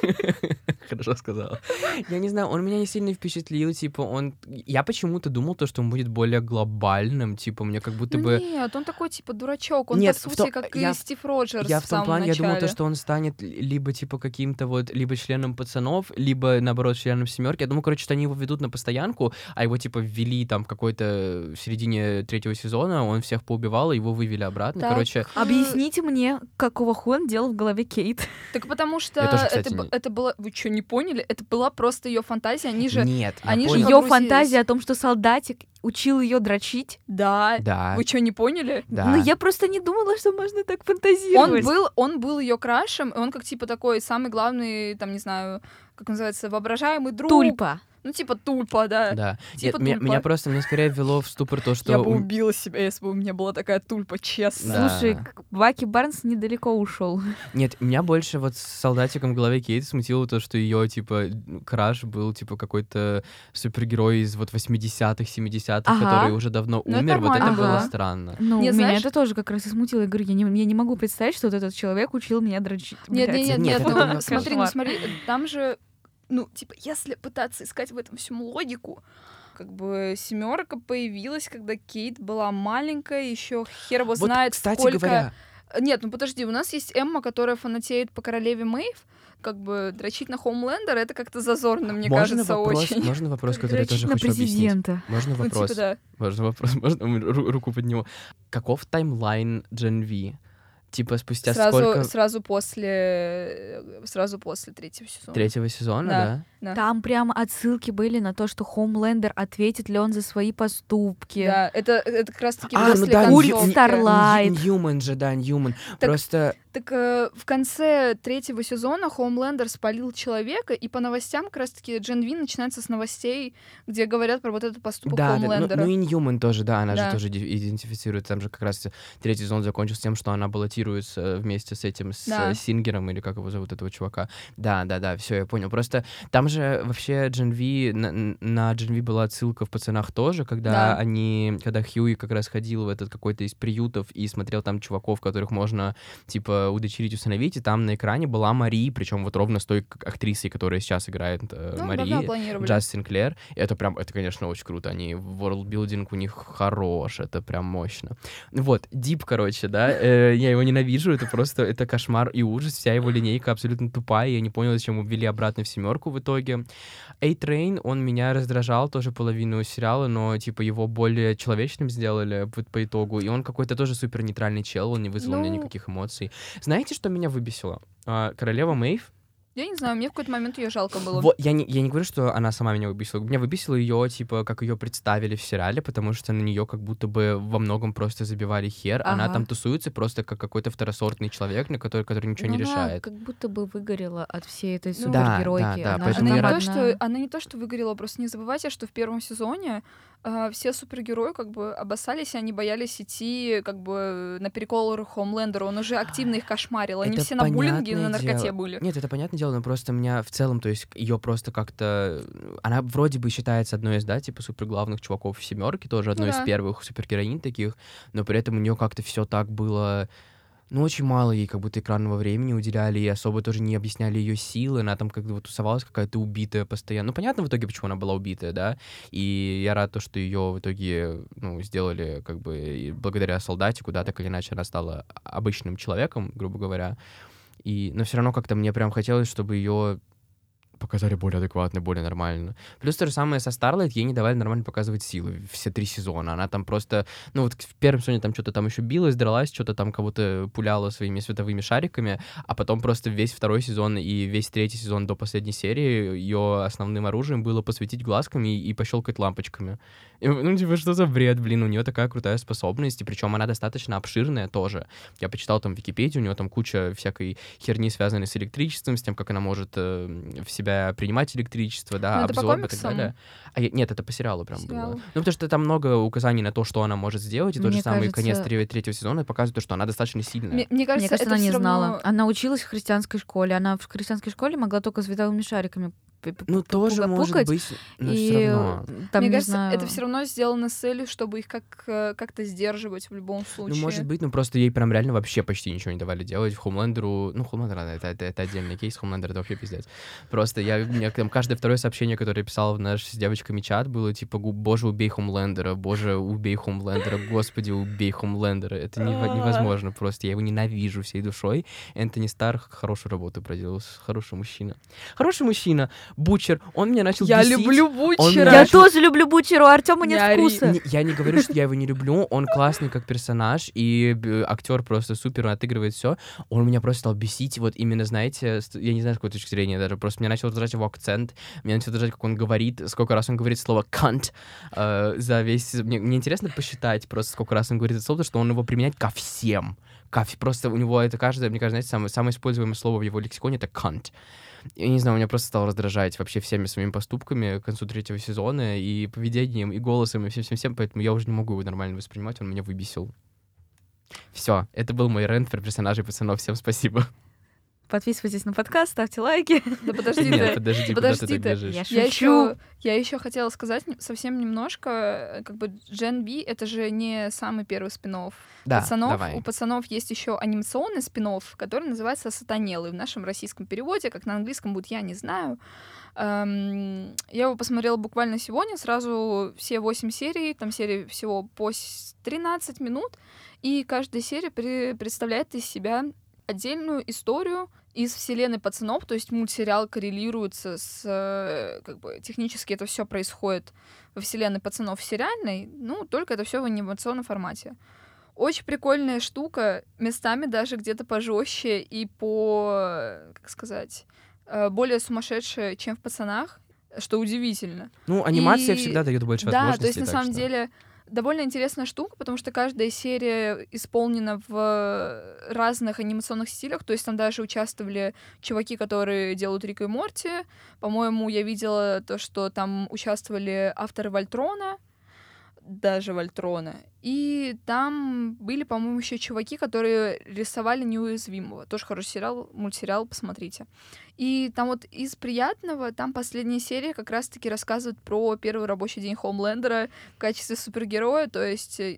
Хорошо сказала. Я не знаю, он меня не сильно впечатлил, типа, он... Я почему-то думал, то, что он будет более глобальным, типа, мне как будто Ну бы... нет, он такой, типа, дурачок. Он, Нет, по в сути, том- как я- и Стив Роджерс Я в в том самом плане, я думал, то, начале. что он станет либо, типа, каким-то вот, либо членом пацанов, либо, наоборот, членом семерки. Я думал, короче, что они его ведут на постоянку, а его, типа, ввели там в какой-то в середине третьего сезона, он всех поубивал, и его вывели обратно. Так, Короче, э, Объясните мне, какого хуя он делал в голове Кейт? Так потому что Я тоже, кстати, это, б- не- это было... Вы что, не поняли? Это была просто ее фантазия. Они же... нет, я они же понял. Ее погрузились. фантазия о том, что солдатик учил ее дрочить. Да. Да, Вы что, не поняли? да. Но я просто не думала, что можно так Он фантазировать. был, он был ее крашем, и он как типа такой самый главный, там, не знаю, как называется, воображаемый друг. Тульпа. Ну, типа тульпа, да. Да. Типа Нет, меня, тульпа. меня просто, мне скорее ввело в ступор то, что... Я бы у- убила себя, если бы у меня была такая тульпа, честно. Да. Слушай, к- Баки Барнс недалеко ушел. Нет, меня больше вот с солдатиком в голове Кейт смутило то, что ее, типа, краш был, типа, какой-то супергерой из вот восьмидесятых, семидесятых, Ага. который уже давно Ну, это умер. Вот это нормально. было Ага. странно. Ну, Не, меня знаешь- это тоже как раз и смутило. Я говорю, я не, я не могу представить, что вот этот человек учил меня дрочить. Нет, Блядь. нет, нет, Нет, нет, это ну, было смотри, ну кошмар. смотри, там же, ну, типа, если пытаться искать в этом всем логику, как бы семерка появилась, когда Кейт была маленькая, еще хер его Вот, знает, кстати сколько... говоря, Нет, ну подожди, у нас есть Эмма, которая фанатеет по королеве Мэйв, как бы дрочить на Хоумлендера, это как-то зазорно, мне можно кажется, вопрос, очень. можно вопрос, который я Дрочить тоже на хочу объяснить? президента. Можно Ну, вопрос? типа, да. Можно вопрос? Можно ру- руку подниму? Каков таймлайн Джен Ви? Типа спустя Сразу, сколько... сразу после, сразу после третьего сезона. Третьего сезона, Да. да? Да. Там прям отсылки были на то, что Хоумлендер ответит ли он за свои поступки. Да, это, это как раз-таки А, ну после да, Ульт концовки. Старлайт. Ньюман же, да, Ньюман. Так- Просто... Так э, в конце третьего сезона Хоумлендер спалил человека, и по новостям как раз-таки Джен Ви начинается с новостей, где говорят про вот этот поступок Да, да, ну, Хоумлендера. ну и Ньюман тоже, да, она Да. же тоже иди- идентифицирует. Там же как раз третий сезон закончился тем, что она баллотируется вместе с этим, с Да. э, Сингером, или как его зовут, этого чувака. Да, да, да, все, я понял. Просто там же вообще Джен Ви, на, на Джен Ви была отсылка в «Пацанах» тоже, когда Да. они, когда Хьюи как раз ходил в этот какой-то из приютов и смотрел там чуваков, которых можно, типа, типа, удочерить, усыновить, и там на экране была Мари, причем вот ровно с той актрисой, которая сейчас играет э, Ну, Мари, давно планировали. Джаз Синклер. И это прям, это, конечно, очень круто. Они, ворлдбилдинг у них хорош, это прям мощно. Вот, Дип, короче, да, э, я его ненавижу, это просто, это кошмар и ужас, вся его линейка абсолютно тупая, я не понял, зачем его ввели обратно в семерку в итоге. A-Train, он меня раздражал тоже половину сериала, но, типа, его более человечным сделали по, по итогу, и он какой-то тоже супер нейтральный чел, он не вызвал Ну... у меня никаких эмоций. Знаете, что меня выбесило? А, Королева Мэйв. Я не знаю, мне в какой-то момент ее жалко было. Вот, я не, я не говорю, что она сама меня выбесила. Меня выбесило ее, типа, как ее представили в сериале, потому что на нее как будто бы во многом просто забивали хер. Ага. Она там тусуется просто как какой-то второсортный человек, на который, который ничего Но не она решает. как будто бы выгорела от всей этой Ну, супергеройки. да, да, Она поэтому же Она я не, там то, одна- что, она не то, что выгорела, просто не забывайте, что в первом сезоне э, все супергерои как бы обоссались, и они боялись идти как бы на переколы Хомлендера. Он уже активно их кошмарил. Они Это все на буллинге и на понятное наркоте дело. были. Нет, это понятное дело, но просто меня в целом, то есть ее просто как-то... Она вроде бы считается одной из, да, типа суперглавных чуваков в семерке, тоже одной Ну из да. первых супергероинь таких, но при этом у нее как-то все так было... Ну, очень мало ей как будто экранного времени уделяли, и особо тоже не объясняли ее силы, она там как-то вот тусовалась какая-то убитая постоянно. Ну, понятно в итоге, почему она была убитая, да, и я рад, то, что ее в итоге, ну, сделали как бы и благодаря солдатику, да, так или иначе она стала обычным человеком, грубо говоря, и... но все равно как-то мне прям хотелось, чтобы ее показали более адекватно, более нормально. Плюс то же самое со Старлайт, ей не давали нормально показывать силы все три сезона. Она там просто, ну вот в первом сезоне там что-то там еще билась, дралась, что-то там кого-то пуляла своими световыми шариками, а потом просто весь второй сезон и весь третий сезон до последней серии ее основным оружием было посветить глазками и, и пощелкать лампочками. И, ну, типа, что за бред, блин, у нее такая крутая способность, и причем она достаточно обширная тоже. Я почитал там в Википедии, у нее там куча всякой херни, связанной с электричеством, с тем, как она может э, в себя принимать электричество, да, Ну, это по абсорб и так комиксам? далее. А я- нет, это по сериалу прям Сериал. было. Ну, потому что там много указаний на то, что она может сделать, и тот Мне же самый кажется- конец тре- третьего сезона показывает то, что она достаточно сильная. Мне, мне кажется, Мне кажется, это она не всё знала. равно- Она училась в христианской школе. Она в христианской школе могла только световыми шариками п- п- Ну, п- тоже пуга- может пукать, быть, но и все равно. там, Мне не кажется, знаю, это все равно сделано с целью, чтобы их как, э, как-то сдерживать в любом случае. Ну, может быть, ну просто ей прям реально вообще почти ничего не давали делать. Хомлендеру... Ну, Хомлендер, ладно, это, это, это отдельный кейс, Хомлендер — это вообще пиздец. Просто я... У меня там каждое второе сообщение, которое я писал в наш с девочками чат, было типа, «Гу- боже, убей Хомлендера, боже, убей Хомлендера, господи, убей Хомлендера». Это нево- невозможно просто. Я его ненавижу всей душой. Энтони Старр хорошую работу проделал. Хороший мужчина. Хороший мужчина. Бучер. Он меня начал Я бесить. люблю Он Бучера. меня Я начал- тоже люблю Бучера, у Артема Не нет ори. вкуса. Не- я не говорю, что я его не люблю. Он классный как персонаж, и б- актер просто супер, он отыгрывает все. Он меня просто стал бесить. Вот именно, знаете, с- я не знаю, с какой точки зрения даже. Просто меня начал раздражать его акцент. Меня начал раздражать, как он говорит, сколько раз он говорит слово «cunt» э, за весь... Мне, мне интересно посчитать просто, сколько раз он говорит это слово, потому что он его применяет ко всем. Ко вс- Просто у него это каждое, мне кажется, знаете, самое, самое используемое слово в его лексиконе — это «cunt». Я не знаю, меня просто стало раздражать вообще всеми своими поступками к концу третьего сезона, и поведением, и голосом, и всем-всем-всем, поэтому я уже не могу его нормально воспринимать, он меня выбесил. Все, это был мой рент про персонажей пацанов. Всем спасибо. Подписывайтесь на подкаст, ставьте лайки. Да подожди Нет, ты. подожди, куда подожди ты так ты. бежишь? Я Я шучу. еще, я еще хотела сказать н- совсем немножко, э, как бы Gen B — это же не самый первый спин-офф Да, пацанов. давай. У пацанов есть еще анимационный спин-офф, который называется «Сатанелый». В нашем российском переводе, как на английском будет, я не знаю. Эм, Я его посмотрела буквально сегодня, сразу все восемь серий, там серии всего по с- тринадцать минут, и каждая серия при- представляет из себя отдельную историю из вселенной пацанов, то есть мультсериал коррелируется с... э, как бы технически это все происходит во вселенной пацанов сериальной, ну, только это все в анимационном формате. Очень прикольная штука, местами даже где-то пожестче и по, как сказать, э, более сумасшедшая, чем в «Пацанах», что удивительно. Ну, анимация И- всегда дает больше Да, возможностей. то есть на так самом что- деле довольно интересная штука, потому что каждая серия исполнена в разных анимационных стилях, то есть там даже участвовали чуваки, которые делают Рика и Морти. По-моему, я видела то, что там участвовали авторы Вольтрона, даже Вольтрона. И там были, по-моему, еще чуваки, которые рисовали «Неуязвимого». Тоже хороший сериал, мультсериал, посмотрите. И там вот из приятного, там последняя серия как раз-таки рассказывает про первый рабочий день Хомлендера в качестве супергероя, то есть э,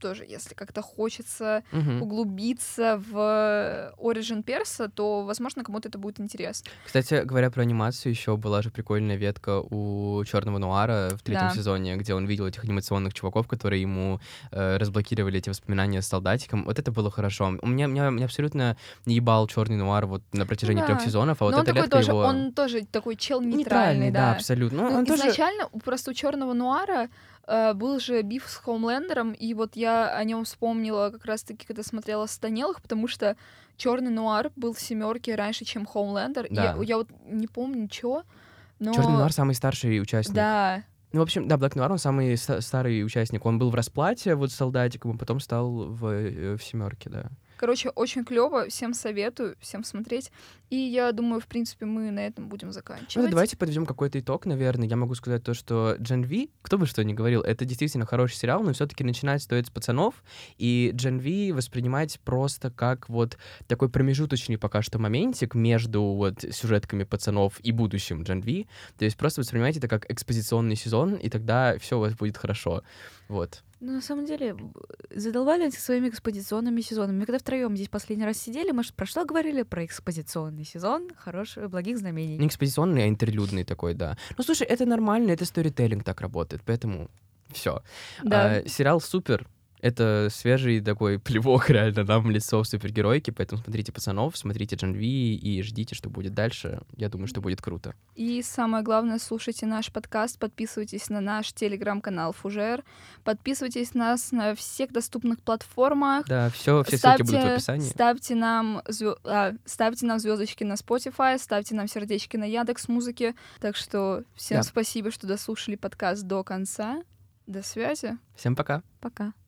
тоже, если как-то хочется Мгм. углубиться в Origin Перса, то, возможно, кому-то это будет интересно. Кстати, говоря про анимацию, еще была же прикольная ветка у Черного Нуара в третьем Да. сезоне, где он видел этих анимационных чуваков, которые ему э, разблокировали эти воспоминания с солдатиком. Вот это было хорошо. У меня, меня, меня абсолютно не ебал Черный Нуар вот на протяжении Да. трех сезонов, а вот Но он эта такой летка тоже, его... он тоже такой чел нейтральный, нейтральный, да, да. абсолютно. Ну, Ну, он тоже... изначально у- просто у Черного Нуара э, был же биф с Хоумлендером, и вот я о нем вспомнила как раз-таки, когда смотрела «Станелых», потому что Черный Нуар был в семерке раньше, чем Хоумлендер. И Да. я, я вот не помню, чё, но... Черный Нуар самый старший участник. Да. Ну, в общем, да, Блэк Нуар, он самый ста- старый участник. Он был в расплате вот с солдатиком, а потом стал в, э, в семерке, да. Короче, очень клево, всем советую, всем смотреть. И я думаю, в принципе, мы на этом будем заканчивать. Ну, давайте подведем какой-то итог, наверное. Я могу сказать то, что Gen V, кто бы что ни говорил, это действительно хороший сериал, но все-таки начинать стоит с пацанов, и Gen V воспринимать просто как вот такой промежуточный пока что моментик между вот сюжетками пацанов и будущим Gen V. То есть просто воспринимайте это как экспозиционный сезон, и тогда все у вас будет хорошо. Вот. Ну, на самом деле, задолбали со своими экспозиционными сезонами. Мы когда втроем здесь последний раз сидели, мы же про что говорили? Про экспозиционный сезон хороших, благих знамений. Не экспозиционный, а интерлюдный такой, да. Ну, слушай, это нормально, это сторителлинг так работает, поэтому все. Да. А, сериал супер. Это свежий такой плевок реально нам в лицо в супергеройке, поэтому смотрите «Пацанов», смотрите Gen V и ждите, что будет дальше. Я думаю, что будет круто. И самое главное, слушайте наш подкаст, подписывайтесь на наш телеграм-канал Фужер, подписывайтесь на нас на всех доступных платформах. Да, все, все ссылки будут в описании. Ставьте нам, звё- а, ставьте нам звездочки на Spotify, ставьте нам сердечки на Яндекс.Музыке. Так что всем Да. спасибо, что дослушали подкаст до конца. До связи. Всем пока. Пока.